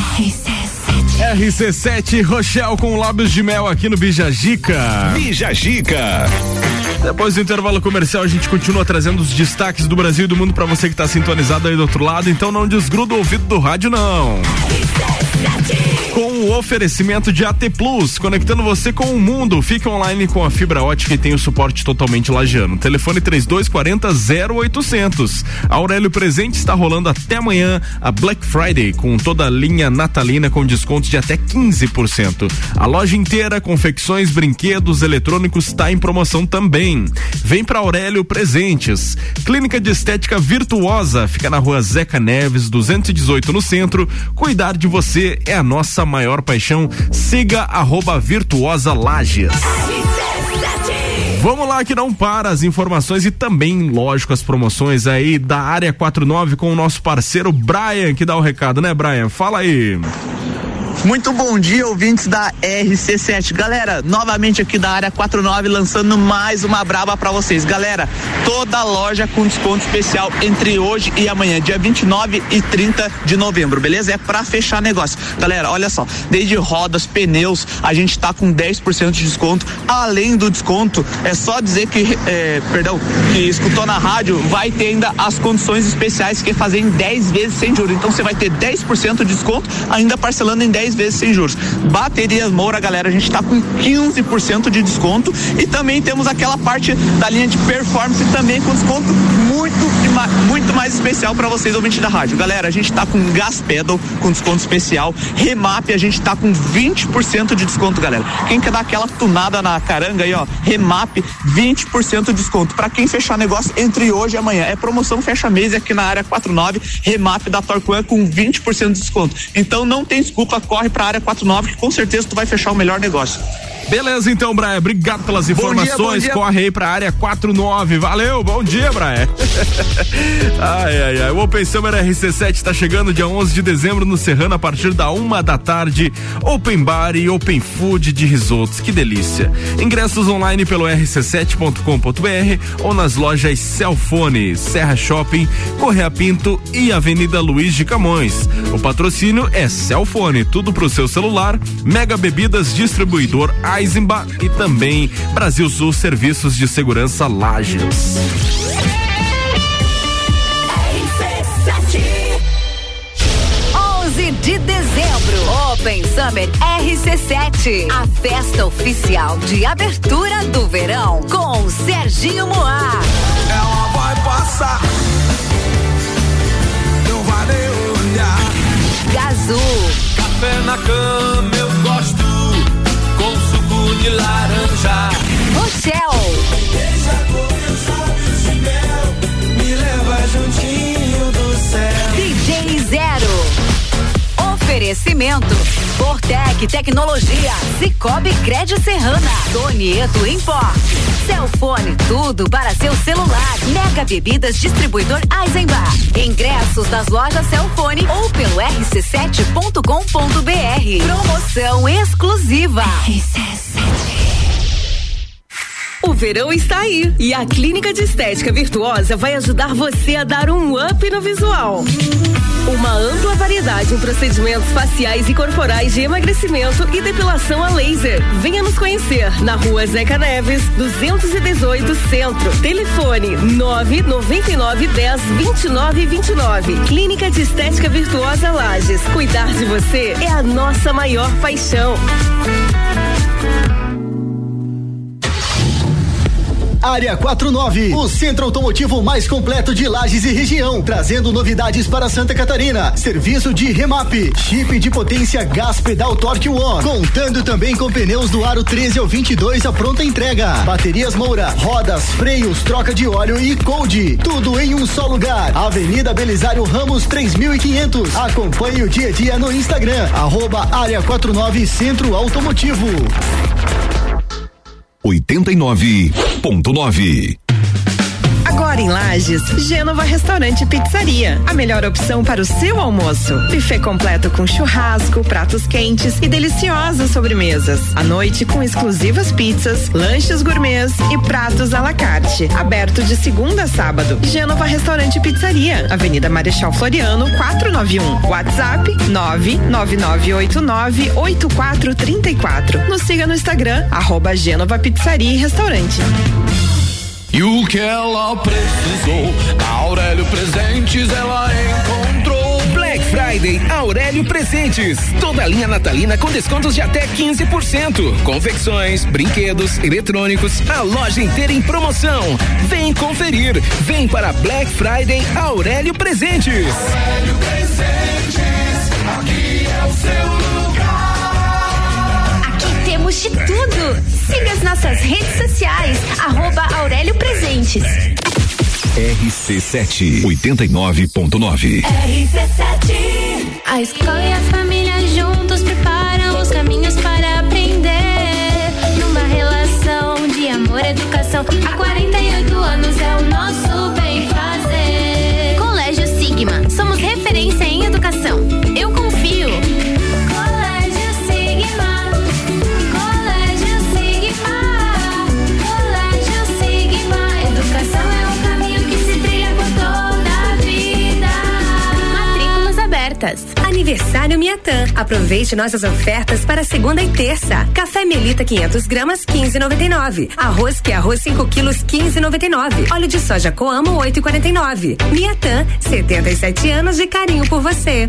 RC7 Rochelle com lábios de mel aqui no Bijagica. Bijagica. Depois do intervalo comercial, a gente continua trazendo os destaques do Brasil e do mundo pra você que tá sintonizado aí do outro lado, então não desgruda o ouvido do rádio, não. Com o oferecimento de AT Plus, conectando você com o mundo. Fica online com a fibra ótica e tem o suporte totalmente lagiano. Telefone 3240-0800. A Aurélio Presente está rolando até amanhã a Black Friday, com toda a linha natalina com descontos de até 15%. A loja inteira, confecções, brinquedos, eletrônicos, está em promoção também. Vem pra Aurélio Presentes. Clínica de Estética Virtuosa, fica na rua Zeca Neves, 218 no centro. Cuidar de você é a nossa maior paixão. Siga @Virtuosa Lages. Vamos lá que não para as informações e também, lógico, as promoções aí da Área 49 com o nosso parceiro Brian, que dá o recado, né, Brian? Fala aí. Muito bom dia, ouvintes da RC7. Galera, novamente aqui da área 49, lançando mais uma braba pra vocês. Galera, toda loja com desconto especial entre hoje e amanhã, dia 29 e 30 de novembro, beleza? É pra fechar negócio. Galera, olha só, desde rodas, pneus, a gente tá com 10% de desconto. Além do desconto, é só dizer que, que escutou na rádio, vai ter ainda as condições especiais, que é fazer em 10 vezes sem juros. Então você vai ter 10% de desconto, ainda parcelando em 10 vezes sem juros. Baterias Moura, galera, a gente tá com 15% de desconto e também temos aquela parte da linha de performance também com desconto muito mais especial para vocês, ouvintes da rádio. Galera, a gente tá com Gas Pedal com desconto especial, Remap a gente tá com 20% de desconto, galera. Quem quer dar aquela tunada na caranga aí, ó, Remap 20% de desconto. Para quem fechar negócio entre hoje e amanhã, é promoção fecha mês aqui na área 49, Remap da Torquan com 20% de desconto. Então não tem desculpa, corre pra área 49 que com certeza tu vai fechar o melhor negócio. Beleza, então, Braia, obrigado pelas informações. Bom dia. Corre aí pra área 49. Valeu, bom dia, Braia. Ai. O Open Summer RC7 tá chegando dia 11 de dezembro no Serrano a partir da 1 da tarde. Open Bar e Open Food de risotos, que delícia. Ingressos online pelo rc7.com.br ou nas lojas Celfone, Serra Shopping, Correia Pinto e Avenida Luiz de Camões. O patrocínio é Celfone, tudo pro seu celular, Mega Bebidas, distribuidor Eisenbach e também Brasil Sul Serviços de Segurança Lages. 11 de dezembro, Open Summer RC7, a festa oficial de abertura do verão com Serginho Moá. Ela vai passar, não vai nem olhar. Gazul, café na cama eu gosto, com suco de laranja. Rochelle, deixa com meus lábios de mel, me leva juntinho do céu. DJ Zero. Oferecimento Fortec Tecnologia, Cicobi Crédito Serrana, Donieto Import, Celfone, tudo para seu celular, Mega Bebidas, distribuidor Eisenbach. Ingressos das lojas Celfone ou pelo rc7.com.br. Promoção exclusiva. O verão está aí e a Clínica de Estética Virtuosa vai ajudar você a dar um up no visual. Uma ampla variedade em procedimentos faciais e corporais de emagrecimento e depilação a laser. Venha nos conhecer na Rua Zeca Neves, 218 Centro. Telefone 999 10 29 29. Clínica de Estética Virtuosa Lages. Cuidar de você é a nossa maior paixão. Área 49, o centro automotivo mais completo de Lages e região, trazendo novidades para Santa Catarina. Serviço de remap, chip de potência Gas Pedal Torque One, contando também com pneus do aro 13 ao 22 à pronta entrega. Baterias Moura, rodas, freios, troca de óleo e cold, tudo em um só lugar. Avenida Belisário Ramos 3500. Acompanhe o dia a dia no Instagram, @Área 49 Centro Automotivo. 89.9. Agora em Lages, Gênova Restaurante e Pizzaria. A melhor opção para o seu almoço. Buffet completo com churrasco, pratos quentes e deliciosas sobremesas. À noite com exclusivas pizzas, lanches gourmets e pratos à la carte. Aberto de segunda a sábado. Gênova Restaurante e Pizzaria. Avenida Marechal Floriano, 491. WhatsApp 999898434. Nos siga no Instagram, @Gênova Pizzaria e Restaurante. E o que ela precisou, na Aurélio Presentes ela encontrou. Black Friday Aurélio Presentes. Toda a linha natalina com descontos de até 15%. Confecções, brinquedos, eletrônicos, a loja inteira em promoção. Vem conferir. Vem para Black Friday Aurélio Presentes. Aurélio Presentes, aqui é o seu lugar. Aqui temos de tudo. Siga as nossas redes sociais, @Aurélio Presentes. RC7 89.9. RC7. A escola e a família juntos preparam os caminhos para aprender. Numa relação de amor e educação, há 48 anos é o nosso bem fazer. Colégio Sigma, somos referência em educação. Eu confio. Colégio Mellitas. Aniversário Miatã. Aproveite nossas ofertas para segunda e terça. Café Melita 500 gramas 15,99. Arroz que é arroz 5 quilos 15,99. Óleo de soja Coamo 8,49. Miatã, 77 anos de carinho por você.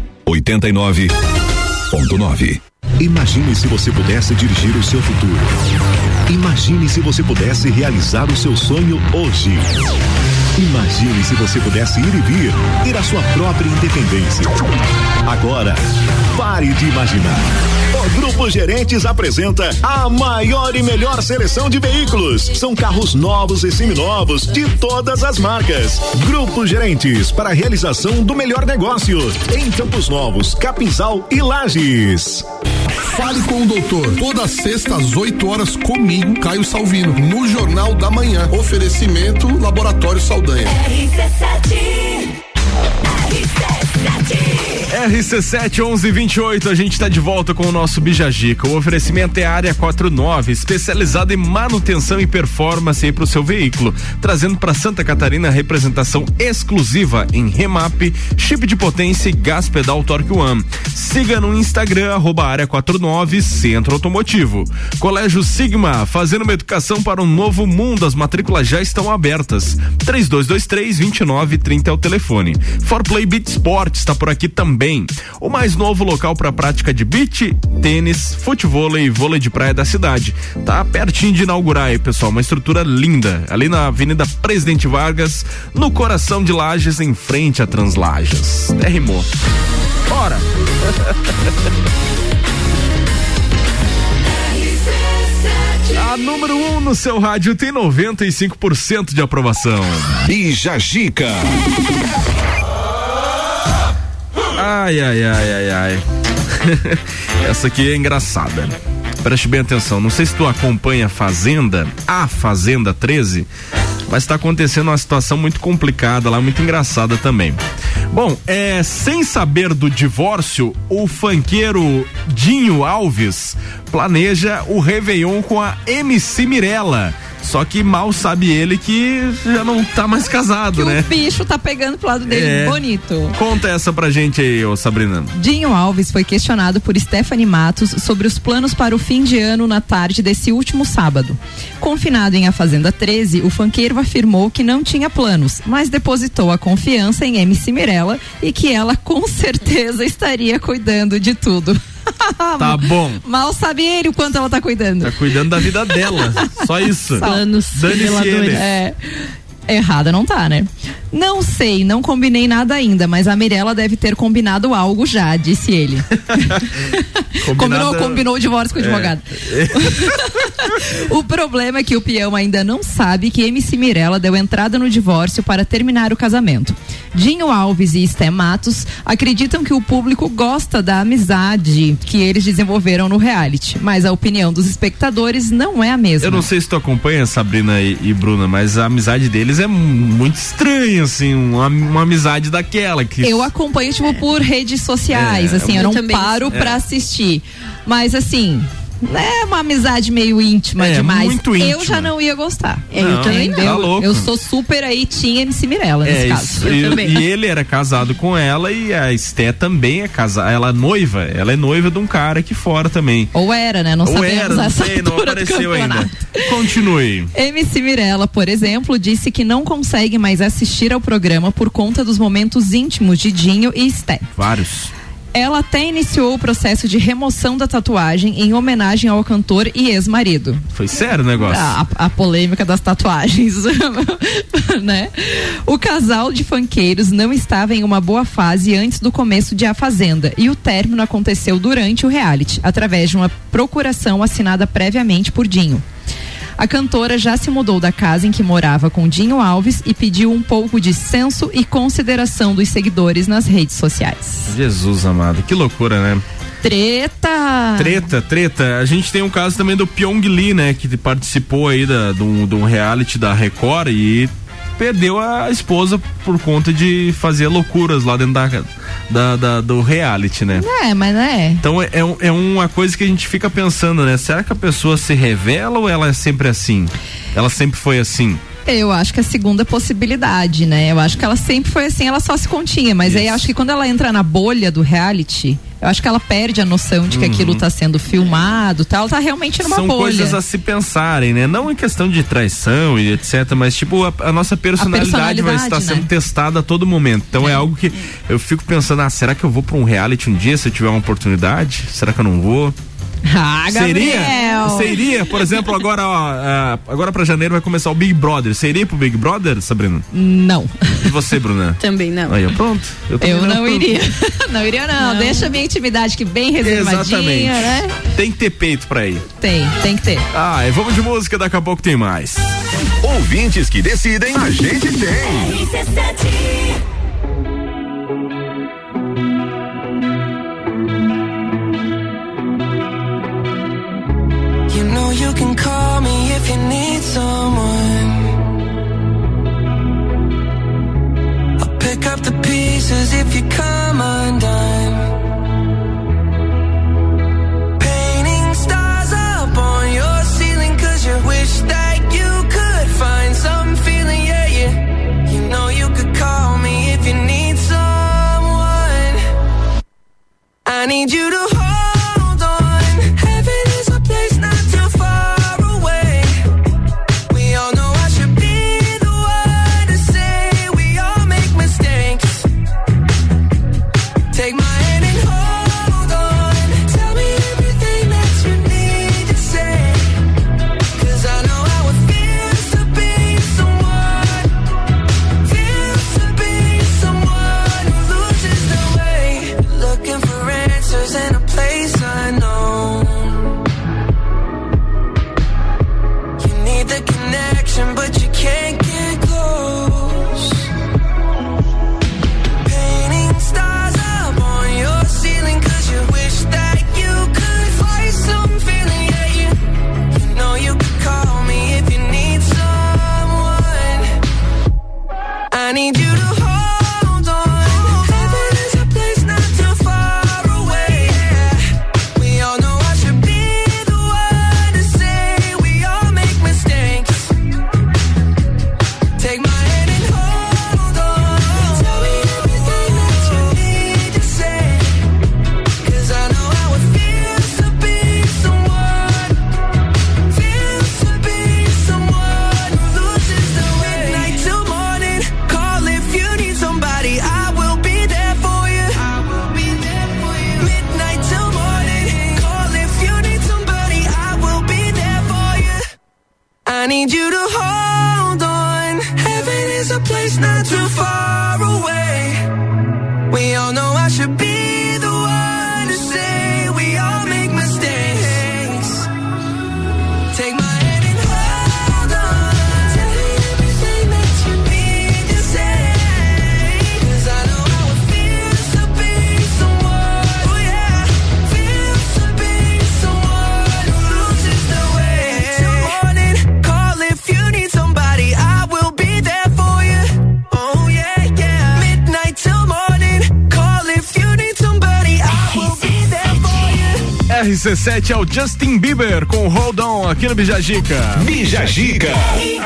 89.9. Imagine se você pudesse dirigir o seu futuro. Imagine se você pudesse realizar o seu sonho hoje. Imagine se você pudesse ir e vir, ter a sua própria independência. Agora, pare de imaginar. O Grupo Gerentes apresenta a maior e melhor seleção de veículos. São carros novos e seminovos de todas as marcas. Grupo Gerentes, para a realização do melhor negócio em Campos Novos, Capinzal e Lages. Fale com o doutor, toda sexta às 8 horas comigo, Caio Salvino, no Jornal da Manhã. Oferecimento Laboratório Saldanha. RC7 1128, a gente está de volta com o nosso Bija Gica. O oferecimento é a Área 49, especializada em manutenção e performance para o seu veículo, trazendo para Santa Catarina representação exclusiva em remap, chip de potência e gás pedal Torque One. Siga no Instagram @Área 49 Centro Automotivo. Colégio Sigma, fazendo uma educação para um novo mundo. As matrículas já estão abertas. 3223-2930 é o telefone. Forplay Beach Sport está por aqui também. O mais novo local para prática de beach, tênis, futevôlei e vôlei de praia da cidade. Tá pertinho de inaugurar aí, pessoal, uma estrutura linda, ali na Avenida Presidente Vargas, no coração de Lages, em frente a Translages. Até rimou. Bora! A número 1 no seu rádio tem 95% de aprovação. Bija Gica. Ai. Essa aqui é engraçada. Preste bem atenção. Não sei se tu acompanha a Fazenda 13, mas está acontecendo uma situação muito complicada lá, muito engraçada também. Bom, sem saber do divórcio, o funkeiro Dinho Alves planeja o Réveillon com a MC Mirella. Só que mal sabe ele que já não tá mais casado, que né? O bicho tá pegando pro lado dele, bonito. Conta essa pra gente aí, ô Sabrina. Dinho Alves foi questionado por Stephanie Matos sobre os planos para o fim de ano na tarde desse último sábado. Confinado em A Fazenda 13, o funkeiro afirmou que não tinha planos, mas depositou a confiança em MC Mirella e que ela com certeza estaria cuidando de tudo. Tá bom. Mal sabe ele o quanto ela tá cuidando. Tá cuidando da vida dela. Só isso. Planos reveladores. Errada não tá, né? Não sei, não combinei nada ainda, mas a Mirella deve ter combinado algo já, disse ele. Combinou o divórcio com o advogado. O problema é que o peão ainda não sabe que MC Mirella deu entrada no divórcio para terminar o casamento. Dinho Alves e Sté Matos acreditam que o público gosta da amizade que eles desenvolveram no reality, mas a opinião dos espectadores não é a mesma. Eu não sei se tu acompanha, Sabrina e Bruna, mas a amizade deles é muito estranha, assim, uma amizade daquela que... Eu acompanho, por redes sociais, assim, eu não paro pra assistir, mas assim... É uma amizade meio íntima demais. Muito íntima. Eu já não ia gostar. Eu também não. Tá louco. Eu sou super aí, tinha MC Mirella nesse caso. Eu também. E ele era casado com ela e a Esté também é casada. Ela é noiva de um cara aqui fora também. Ou era, né? Não sabemos não essa sei, não apareceu ainda. Continue. MC Mirella, por exemplo, disse que não consegue mais assistir ao programa por conta dos momentos íntimos de Dinho e Esté. Vários. Ela até iniciou o processo de remoção da tatuagem em homenagem ao cantor e ex-marido. Foi sério o negócio? A polêmica das tatuagens, né? O casal de funkeiros não estava em uma boa fase antes do começo de A Fazenda e o término aconteceu durante o reality, através de uma procuração assinada previamente por Dinho. A cantora já se mudou da casa em que morava com Dinho Alves e pediu um pouco de senso e consideração dos seguidores nas redes sociais. Jesus amado, que loucura, né? Treta. A gente tem um caso também do Pyong Lee, né? Que participou aí de um reality da Record e perdeu a esposa por conta de fazer loucuras lá dentro do reality, né? Mas não é. Então é uma coisa que a gente fica pensando, né? Será que a pessoa se revela ou ela é sempre assim? Ela sempre foi assim? Eu acho que a segunda possibilidade, né? Eu acho que ela sempre foi assim, ela só se continha, mas aí acho que quando ela entra na bolha do reality, eu acho que ela perde a noção de que aquilo tá sendo filmado, tá? Ela tá realmente numa bolha. São coisas a se pensarem, né? Não em questão de traição e etc, mas tipo, a nossa personalidade vai estar sendo testada a todo momento. Então é algo que eu fico pensando, será que eu vou pra um reality um dia se eu tiver uma oportunidade? Será que eu não vou? Seria, por exemplo, agora pra janeiro vai começar o Big Brother. Você iria pro Big Brother, Sabrina? Não. E você, Bruna? Também não. Aí, pronto. Eu não iria. Não iria, não. Deixa a minha intimidade aqui bem reservadinha, exatamente, né? Tem que ter peito pra ir. Tem que ter. E vamos de música, daqui a pouco tem mais. Ouvintes que decidem, a gente tem. You can call me if you need someone. I'll pick up the pieces if you come undone. Painting stars up on your ceiling 'cause you wish that you could find some feeling, yeah. You know you could call me if you need someone. I need you to hold. But you can't get close. Painting stars up on your ceiling 'cause you wish that you could find some feeling, yeah. You know you could call me if you need someone. I need you to hold on. Heaven is a place not too far away, yeah. We all know I should be the one to say we all make mistakes. Take my hand and hold on. Tell me everything that you need to say. 'Cause I know how it feels to be someone. Feels to be someone who loses the way. Midnight till morning, call if you need somebody. I will be there for you. I will be there for you. Midnight till morning, call if you need somebody. I will be there for you. I need you to hold on. Heaven is a place not too far away. We all know I should be the one to say we all make mistakes. Take my hand and hold on. Tell me everything that you need to say. 'Cause I know how it feels to be someone. Oh yeah, feels to be someone who loses the way. Till morning, call if you need somebody. I will be there for you. Oh yeah, yeah. Midnight till morning, call if you need somebody. I will be there for you. RC7 é o Justin Bieber com Hold On aqui no Bijagica. Bijagica.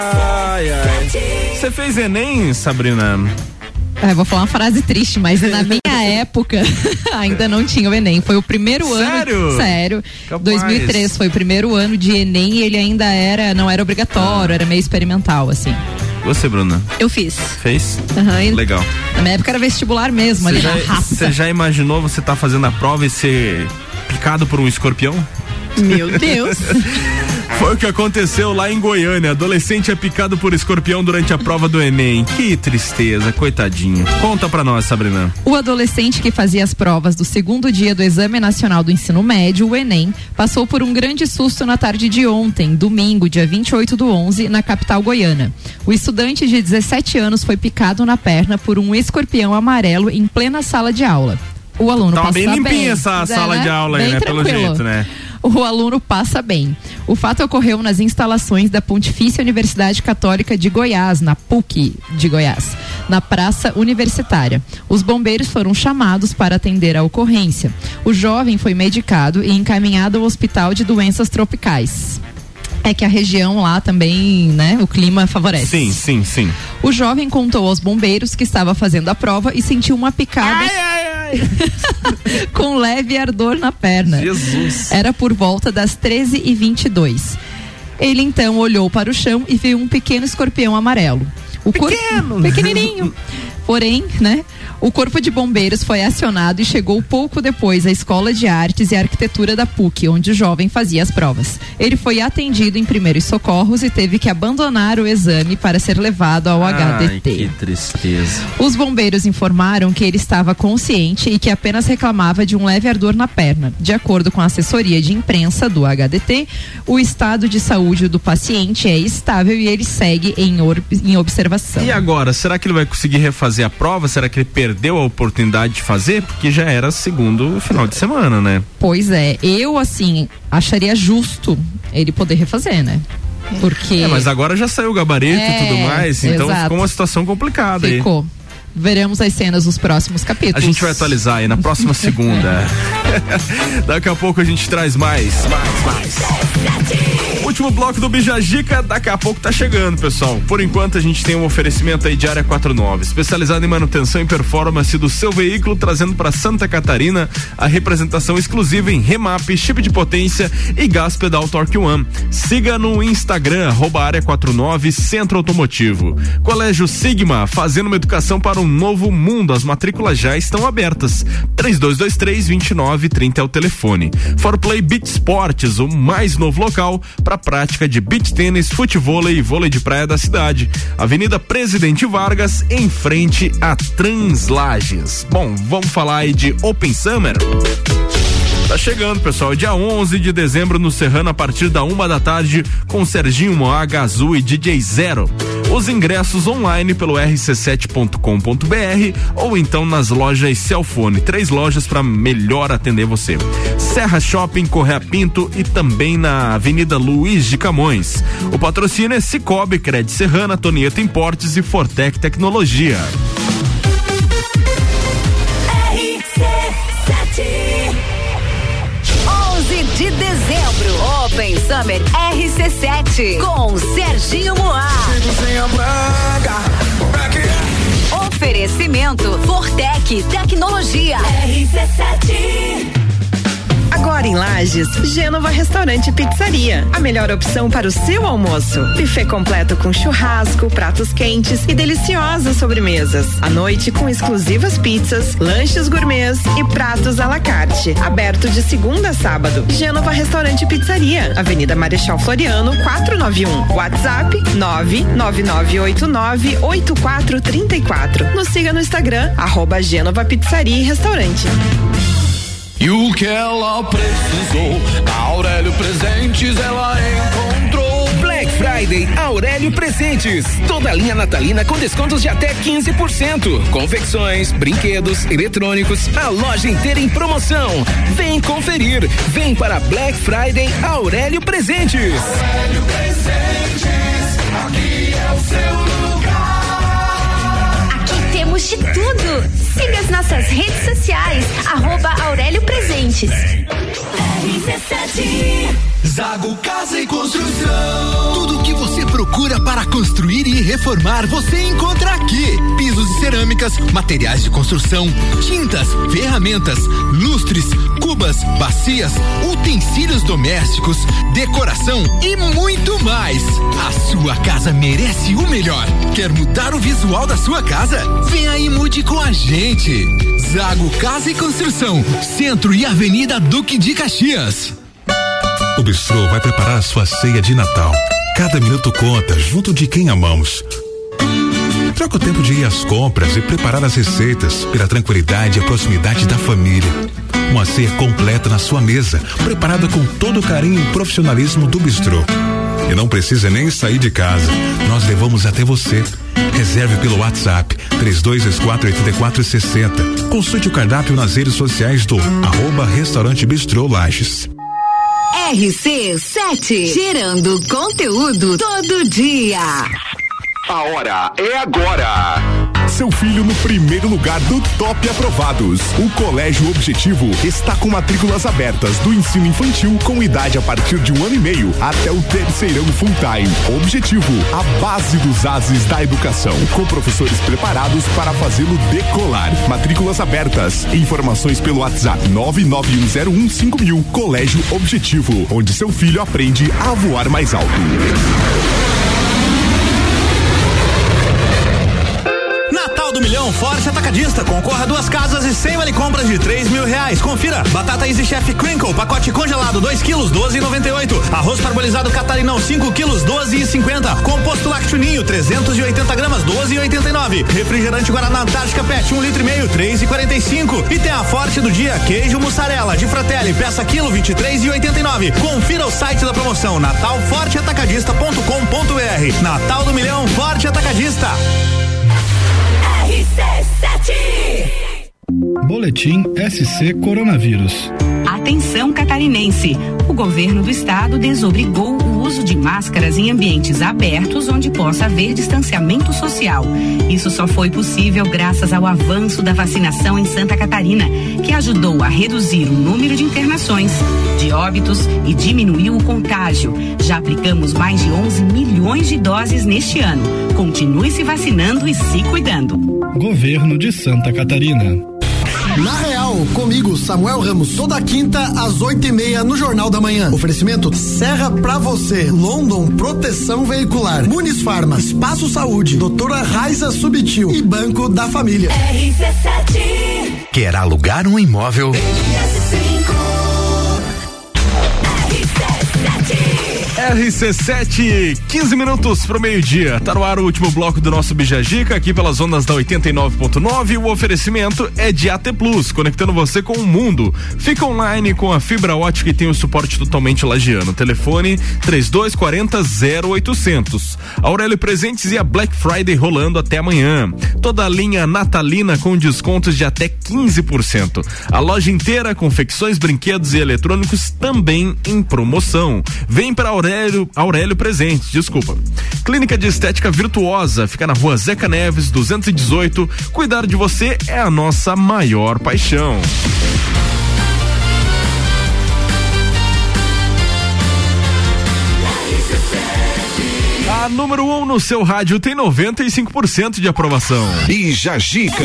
Você fez Enem, Sabrina? Vou falar uma frase triste, mas na minha época ainda não tinha o Enem. Foi o primeiro ano. Sério? Capaz. 2003 foi o primeiro ano de Enem e ele ainda não era obrigatório, era meio experimental, assim. Você, Bruna? Eu fiz. Fez? Legal. Na minha época era vestibular mesmo, ali na raça. Você já imaginou você tá fazendo a prova e ser picado por um escorpião? Meu Deus. Foi o que aconteceu lá em Goiânia. Adolescente é picado por escorpião durante a prova do Enem. Que tristeza, coitadinho. Conta pra nós, Sabrina. O adolescente que fazia as provas do segundo dia do Exame Nacional do Ensino Médio, o Enem, passou por um grande susto na tarde de ontem, domingo, dia 28/11, na capital goiana. O estudante de 17 anos foi picado na perna por um escorpião amarelo em plena sala de aula. O aluno passa bem. Tá bem limpinha essa sala de aula aí, né? Pelo jeito, né? O aluno passa bem. O fato ocorreu nas instalações da Pontifícia Universidade Católica de Goiás, na PUC de Goiás, na Praça Universitária. Os bombeiros foram chamados para atender a ocorrência. O jovem foi medicado e encaminhado ao Hospital de Doenças Tropicais. É que a região lá também, né, o clima favorece. Sim. O jovem contou aos bombeiros que estava fazendo a prova e sentiu uma picada com leve ardor na perna. Jesus. Era por volta das 13h22. Ele então olhou para o chão e viu um pequeno escorpião amarelo. Pequenininho. Porém, né, o corpo de bombeiros foi acionado e chegou pouco depois à Escola de Artes e Arquitetura da PUC, onde o jovem fazia as provas. Ele foi atendido em primeiros socorros e teve que abandonar o exame para ser levado ao HDT. Que tristeza. Os bombeiros informaram que ele estava consciente e que apenas reclamava de um leve ardor na perna. De acordo com a assessoria de imprensa do HDT, o estado de saúde do paciente é estável e ele segue em observação. E agora, será que ele vai conseguir refazer a prova? Será que ele perdeu a oportunidade de fazer? Porque já era segundo final de semana, né? Pois é, eu assim, acharia justo ele poder refazer, né? Porque... mas agora já saiu o gabarito e tudo mais, então ficou uma situação complicada aí. Ficou. Veremos as cenas nos próximos capítulos. A gente vai atualizar aí na próxima segunda. Daqui a pouco a gente traz mais. Último bloco do Bijagica, daqui a pouco tá chegando, pessoal. Por enquanto a gente tem um oferecimento aí de Área 49, especializada em manutenção e performance do seu veículo, trazendo para Santa Catarina a representação exclusiva em remap, chip de potência e gás pedal Torque One. Siga no Instagram, @Área 49 Centro Automotivo. Colégio Sigma, fazendo uma educação para um novo mundo. As matrículas já estão abertas. 3223-2930 é o telefone. Forplay Beach Sports, o mais novo local para prática de beach tênis, futevôlei e vôlei de praia da cidade. Avenida Presidente Vargas, em frente a Translages. Bom, vamos falar aí de Open Summer? Tá chegando, pessoal, dia 11 de dezembro no Serrano, a partir da 1 da tarde, com Serginho Moá, Gazu e DJ Zero. Os ingressos online pelo rc7.com.br ou então nas lojas Celfone, 3 lojas para melhor atender você. Serra Shopping, Correia Pinto e também na Avenida Luiz de Camões. O patrocínio é Cicobi, Cred Serrana, Tonieto Importes e Fortec Tecnologia. De dezembro, Open Summer RC7 com Serginho Moá. Oferecimento Fortec Tecnologia. RC7. Agora em Lages, Gênova Restaurante e Pizzaria. A melhor opção para o seu almoço. Buffet completo com churrasco, pratos quentes e deliciosas sobremesas. À noite com exclusivas pizzas, lanches gourmets e pratos à la carte. Aberto de segunda a sábado. Gênova Restaurante e Pizzaria. Avenida Marechal Floriano, 491. WhatsApp 999898434. Nos siga no Instagram, @Gênova Pizzaria e Restaurante. E o que ela precisou, na Aurélio Presentes ela encontrou. Black Friday Aurélio Presentes. Toda a linha natalina com descontos de até 15%. Confecções, brinquedos, eletrônicos, a loja inteira em promoção. Vem conferir. Vem para Black Friday Aurélio Presentes. Aurélio Presentes, aqui é o seu lugar. Aqui temos de tudo. Siga as nossas redes sociais, @Aurélio Presentes. RC7. Zago Casa e Construção. Tudo o que você procura para construir e reformar, você encontra aqui. Pisos e cerâmicas, materiais de construção, tintas, ferramentas, lustres, cubas, bacias, utensílios domésticos, decoração e muito mais. A sua casa merece o melhor. Quer mudar o visual da sua casa? Vem aí e mude com a gente. Zago Casa e Construção, Centro e Avenida Duque de Caxias. O Bistrô vai preparar a sua ceia de Natal. Cada minuto conta, junto de quem amamos. Troca o tempo de ir às compras e preparar as receitas pela tranquilidade e a proximidade da família. Uma ceia completa na sua mesa, preparada com todo o carinho e profissionalismo do Bistrô. E não precisa nem sair de casa, nós levamos até você. Reserve pelo WhatsApp 3224-8460. Consulte o cardápio nas redes sociais do @Restaurante Bistrô Lages. RC7, gerando conteúdo todo dia. A hora é agora. seu filho no primeiro lugar do Top Aprovados. O Colégio Objetivo está com matrículas abertas do ensino infantil com idade a partir de 1 ano e meio até o terceirão full time. Objetivo, a base dos ases da educação, com professores preparados para fazê-lo decolar. Matrículas abertas. Informações pelo WhatsApp 991015000. Colégio Objetivo, onde seu filho aprende a voar mais alto. Natal do Milhão Forte Atacadista. Concorra a 2 casas e 100 vale compras de R$3.000. Confira. Batata Easy Chef Crinkle, pacote congelado 2 quilos, 12,98. Arroz parbolizado Catarinão 5 quilos, 12,50. Composto Lácteo Ninho 380 gramas, 12,89. Refrigerante Guaraná Antártica Pet 1,5 litro, 3,45. E tem a Forte do dia, queijo mussarela de Fratelli, peça quilo, 23,89. Confira o site da promoção natalforteatacadista.com.br. Natal do Milhão Forte Atacadista. Boletim SC Coronavírus. Atenção catarinense, o governo do estado desobrigou o uso de máscaras em ambientes abertos onde possa haver distanciamento social. Isso só foi possível graças ao avanço da vacinação em Santa Catarina, que ajudou a reduzir o número de internações, de óbitos e diminuiu o contágio. Já aplicamos mais de 11 milhões de doses neste ano. Continue se vacinando e se cuidando. Governo de Santa Catarina. Na Real, comigo, Samuel Ramos, toda quinta às 8:30 no Jornal da Manhã. Oferecimento Serra pra você, London Proteção Veicular, Muniz Farma, Espaço Saúde, Doutora Raiza Subtil e Banco da Família. RC7. Quer alugar um imóvel? RC7, 15 minutos pro meio-dia. Tá no ar o último bloco do nosso Bijagica, aqui pelas ondas da 89.9. O oferecimento é de AT Plus, conectando você com o mundo. Fica online com a fibra ótica e tem o suporte totalmente lagiano. Telefone 3240-0800. Aurélio Presentes e a Black Friday rolando até amanhã. Toda a linha natalina com descontos de até 15%. A loja inteira, confecções, brinquedos e eletrônicos também em promoção. Vem para Aurélio Presentes, desculpa. Clínica de Estética Virtuosa, fica na rua Zeca Neves, 218. Cuidar de você é a nossa maior paixão. A número 1 no seu rádio tem 95% de aprovação. Bijagica.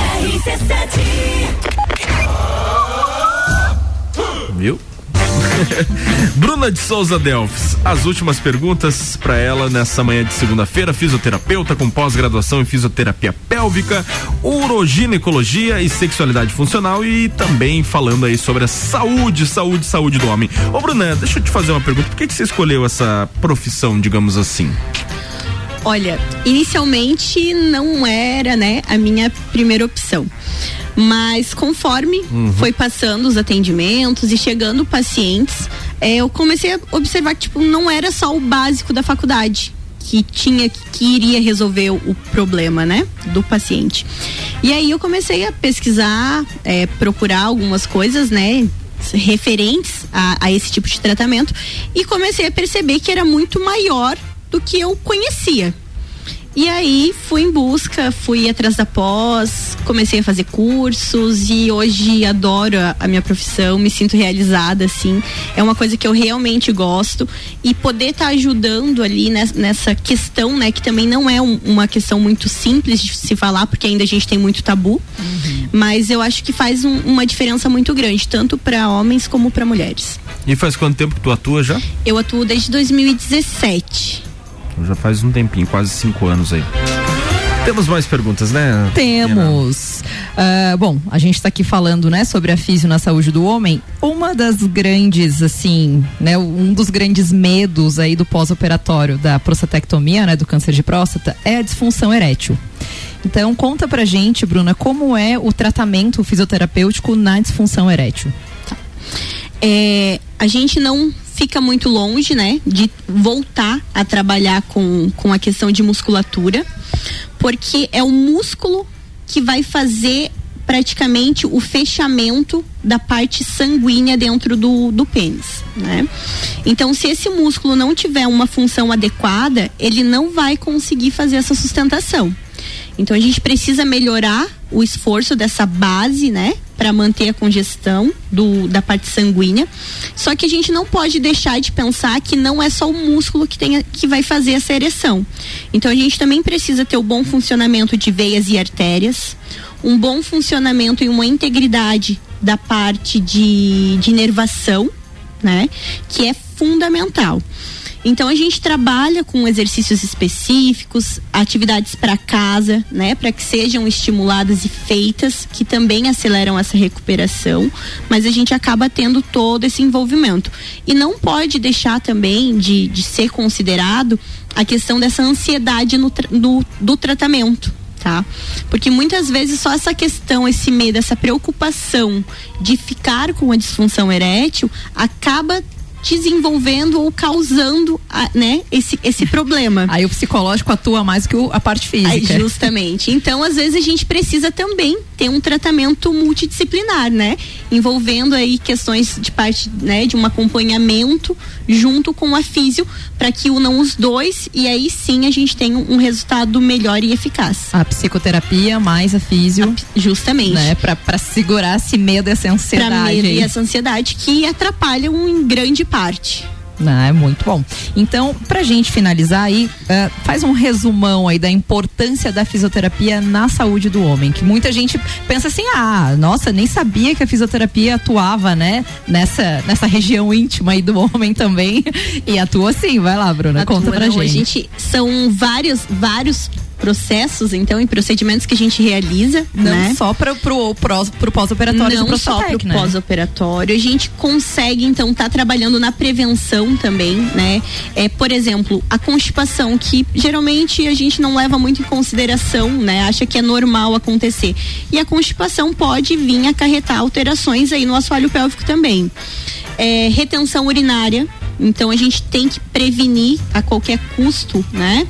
Viu? Bruna de Souza Delfes, as últimas perguntas para ela nessa manhã de segunda-feira. Fisioterapeuta com pós-graduação em fisioterapia pélvica, uroginecologia e sexualidade funcional, e também falando aí sobre a saúde do homem. Ô Bruna, deixa eu te fazer uma pergunta, por que você escolheu essa profissão, digamos assim? Olha, inicialmente não era, né, a minha primeira opção. Mas conforme foi passando os atendimentos e chegando pacientes, eu comecei a observar que, tipo, não era só o básico da faculdade que iria resolver o problema, né, do paciente. E aí eu comecei a pesquisar, procurar algumas coisas, né, referentes a esse tipo de tratamento, e comecei a perceber que era muito maior do que eu conhecia. E aí fui em busca, fui atrás da pós, comecei a fazer cursos e hoje adoro a minha profissão, me sinto realizada, assim, é uma coisa que eu realmente gosto, e poder estar ajudando ali nessa questão, né, que também não é uma questão muito simples de se falar, porque ainda a gente tem muito tabu, mas eu acho que faz uma diferença muito grande, tanto para homens como para mulheres. E faz quanto tempo que tu atua já? Eu atuo desde 2017. Já faz um tempinho, quase 5 anos aí. Temos mais perguntas, né? Temos. Bom, a gente está aqui falando, né, sobre a físio na saúde do homem. Uma das grandes, assim, né, um dos grandes medos aí do pós-operatório da prostatectomia, né, do câncer de próstata, é a disfunção erétil. Então, conta pra gente, Bruna, como é o tratamento fisioterapêutico na disfunção erétil? Tá. A gente não fica muito longe, né, de voltar a trabalhar com a questão de musculatura, porque é o músculo que vai fazer praticamente o fechamento da parte sanguínea dentro do pênis, né? Então, se esse músculo não tiver uma função adequada, ele não vai conseguir fazer essa sustentação. Então a gente precisa melhorar o esforço dessa base, né, para manter a congestão da parte sanguínea. Só que a gente não pode deixar de pensar que não é só o músculo que vai fazer essa ereção. Então a gente também precisa ter o bom funcionamento de veias e artérias, um bom funcionamento e uma integridade da parte de inervação, né, que é fundamental. Então a gente trabalha com exercícios específicos, atividades para casa, né, para que sejam estimuladas e feitas, que também aceleram essa recuperação, mas a gente acaba tendo todo esse envolvimento. E não pode deixar também de ser considerado a questão dessa ansiedade do tratamento. Tá? Porque muitas vezes só essa questão, esse medo, essa preocupação de ficar com a disfunção erétil acaba desenvolvendo ou causando, né, esse problema. Aí o psicológico atua mais que a parte física. Aí, justamente. Então, às vezes a gente precisa também ter um tratamento multidisciplinar, né? Envolvendo aí questões de parte, né, de um acompanhamento junto com a físio, para que unam os dois e aí sim a gente tem um resultado melhor e eficaz. A psicoterapia mais a físio. Justamente. Né, pra segurar esse medo e essa ansiedade. Pra medo e essa ansiedade que atrapalham em grande parte. É muito bom. Então, pra gente finalizar aí, faz um resumão aí da importância da fisioterapia na saúde do homem, que muita gente pensa assim, nossa, nem sabia que a fisioterapia atuava, né, nessa região íntima aí do homem também, e atua sim. Vai lá, Bruna, conta pra gente. São vários processos, então, e procedimentos que a gente realiza, não, né? Só pro pós-operatório, não só pro pós-operatório, a gente consegue então estar trabalhando na prevenção também, né? Por exemplo, a constipação, que geralmente a gente não leva muito em consideração, né? Acha que é normal acontecer, e a constipação pode vir acarretar alterações aí no assoalho pélvico também. Retenção urinária. Então a gente tem que prevenir a qualquer custo, né,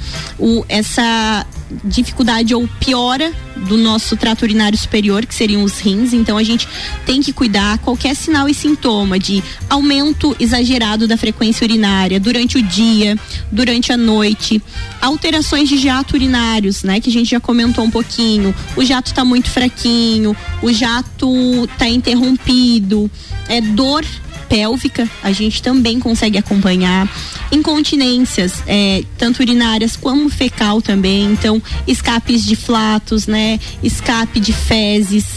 essa dificuldade ou piora do nosso trato urinário superior, que seriam os rins. Então a gente tem que cuidar qualquer sinal e sintoma de aumento exagerado da frequência urinária durante o dia, durante a noite, alterações de jato urinários, né, que a gente já comentou um pouquinho. O jato está muito fraquinho, o jato está interrompido, dor pélvica, a gente também consegue acompanhar. Incontinências, tanto urinárias como fecal também. Então, escapes de flatos, né? Escape de fezes.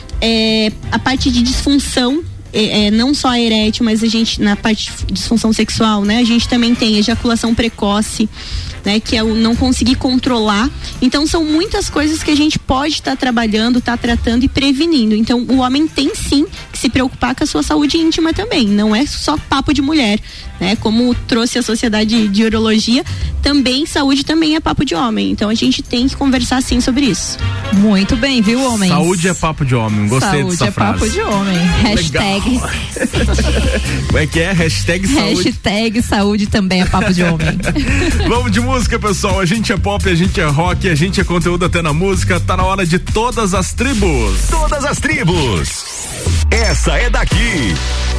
A parte de disfunção, não só a erétil, mas a gente, na parte de disfunção sexual, né? A gente também tem ejaculação precoce, né, que é o não conseguir controlar. Então são muitas coisas que a gente pode estar trabalhando, tratando e prevenindo. Então o homem tem sim que se preocupar com a sua saúde íntima também, não é só papo de mulher, né? Como trouxe a Sociedade de Urologia, também saúde também é papo de homem. Então a gente tem que conversar sim sobre isso. Muito bem, viu, homens? Saúde é papo de homem, gostei dessa frase. Saúde é papo de homem. Hashtag. Como é que é? Hashtag saúde. Hashtag saúde também é papo de homem. Vamos de música, pessoal. A gente é pop, a gente é rock, a gente é conteúdo até na música. Tá na hora de Todas as Tribos. Todas as Tribos. Essa é daqui.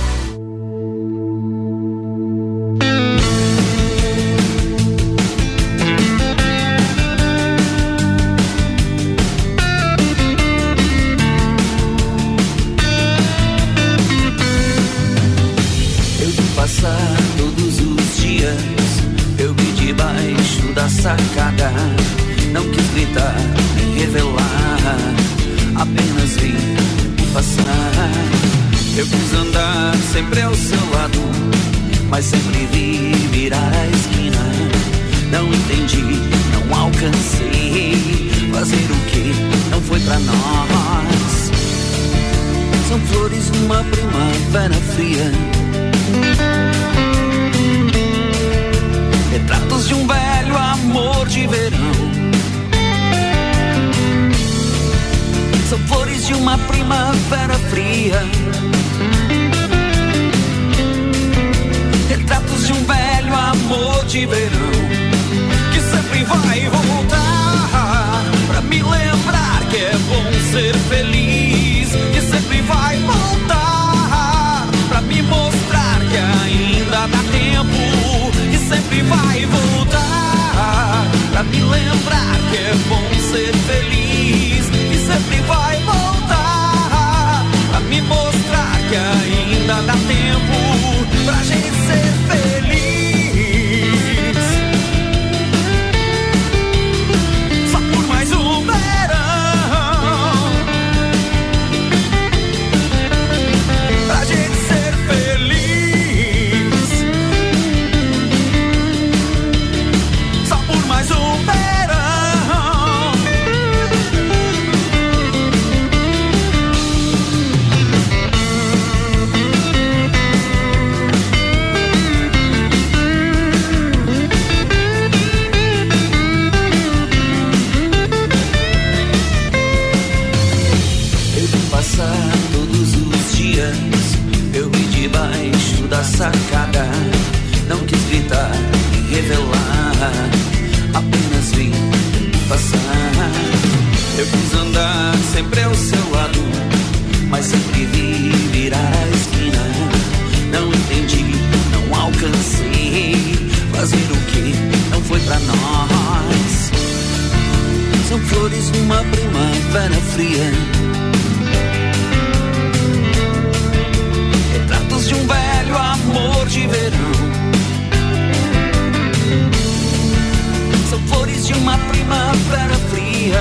Eu vi passar todos os dias, eu vi debaixo da sacada, não quis gritar nem revelar, apenas vi passar. Eu quis andar sempre ao seu lado, mas sempre vi virar a esquina. Não entendi, não alcancei, fazer o que não foi pra nós. São flores numa primavera fria, retratos de um velho amor de verão. São flores de uma primavera fria, retratos de um velho amor de verão, que sempre vai voltar pra me lembrar que é bom ser feliz, que sempre vai voltar pra me mostrar que ainda dá tempo, que sempre vai voltar pra me lembrar que é bom ser feliz. foi pra nós. São flores de uma primavera fria, retratos de um velho amor de verão. São flores de uma primavera fria,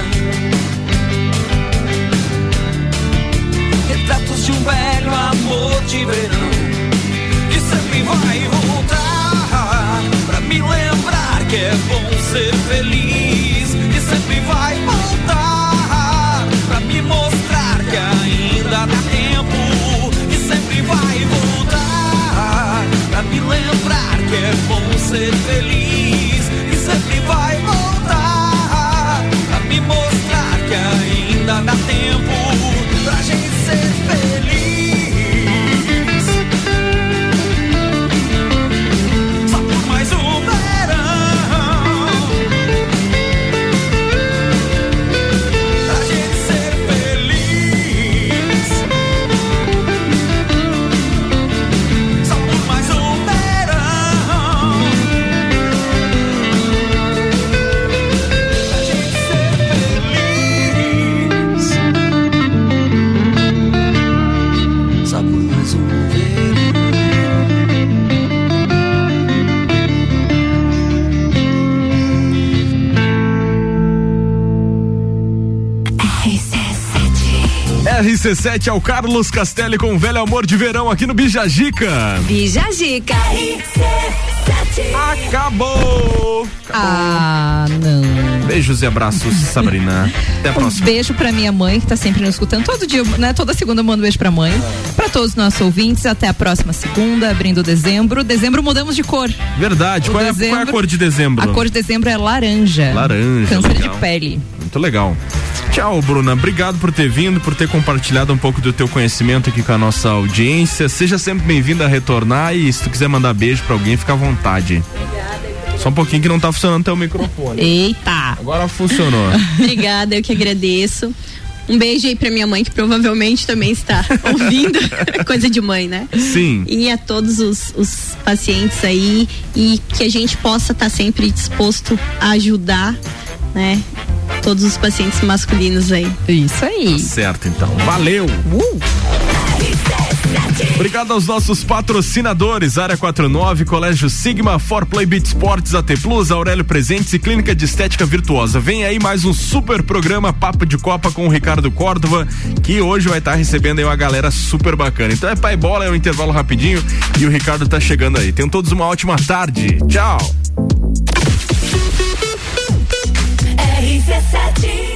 retratos de um velho amor de verão, que sempre vai voltar pra me lembrar que é bom ser feliz, que sempre vai voltar pra me mostrar que ainda dá tempo, que sempre vai voltar pra me lembrar que é bom ser feliz, que sempre vai voltar pra me mostrar que ainda dá tempo pra gente ser feliz. Só por mais um verão, pra gente ser feliz. Só por mais um verão, pra gente ser feliz. Só por mais um verão. RC7 é o Carlos Castelli com o velho amor de verão aqui no Bijagica. Bijagica. Acabou! Ah, não. Beijos e abraços, Sabrina. Até a próxima. Beijo pra minha mãe, que tá sempre nos escutando. Todo dia, né? Toda segunda eu mando beijo pra mãe. Pra todos os nossos ouvintes, até a próxima segunda, abrindo dezembro. Dezembro mudamos de cor. Verdade. Qual é a cor de dezembro? A cor de dezembro é laranja. Laranja. Câncer legal. de pele. Muito legal. Tchau, Bruna. Obrigado por ter vindo, por ter compartilhado um pouco do teu conhecimento aqui com a nossa audiência. Seja sempre bem-vinda a retornar e se tu quiser mandar beijo pra alguém, fica à vontade. Só um pouquinho que não tá funcionando teu microfone. Eita! Agora funcionou. Obrigada, eu que agradeço. Um beijo aí pra minha mãe, que provavelmente também está ouvindo. Coisa de mãe, né? Sim. E a todos os pacientes aí, e que a gente possa estar sempre disposto a ajudar, né? Todos os pacientes masculinos aí. Isso aí. Tá certo, então. Valeu! Obrigado aos nossos patrocinadores, Área 49, Colégio Sigma, Forplay Beat Sports, AT Plus, Aurélio Presentes e Clínica de Estética Virtuosa. Vem aí mais um super programa Papo de Copa com o Ricardo Córdova, que hoje vai estar recebendo aí uma galera super bacana. Então é pai bola, é um intervalo rapidinho e o Ricardo tá chegando aí. Tenham todos uma ótima tarde. Tchau! RC7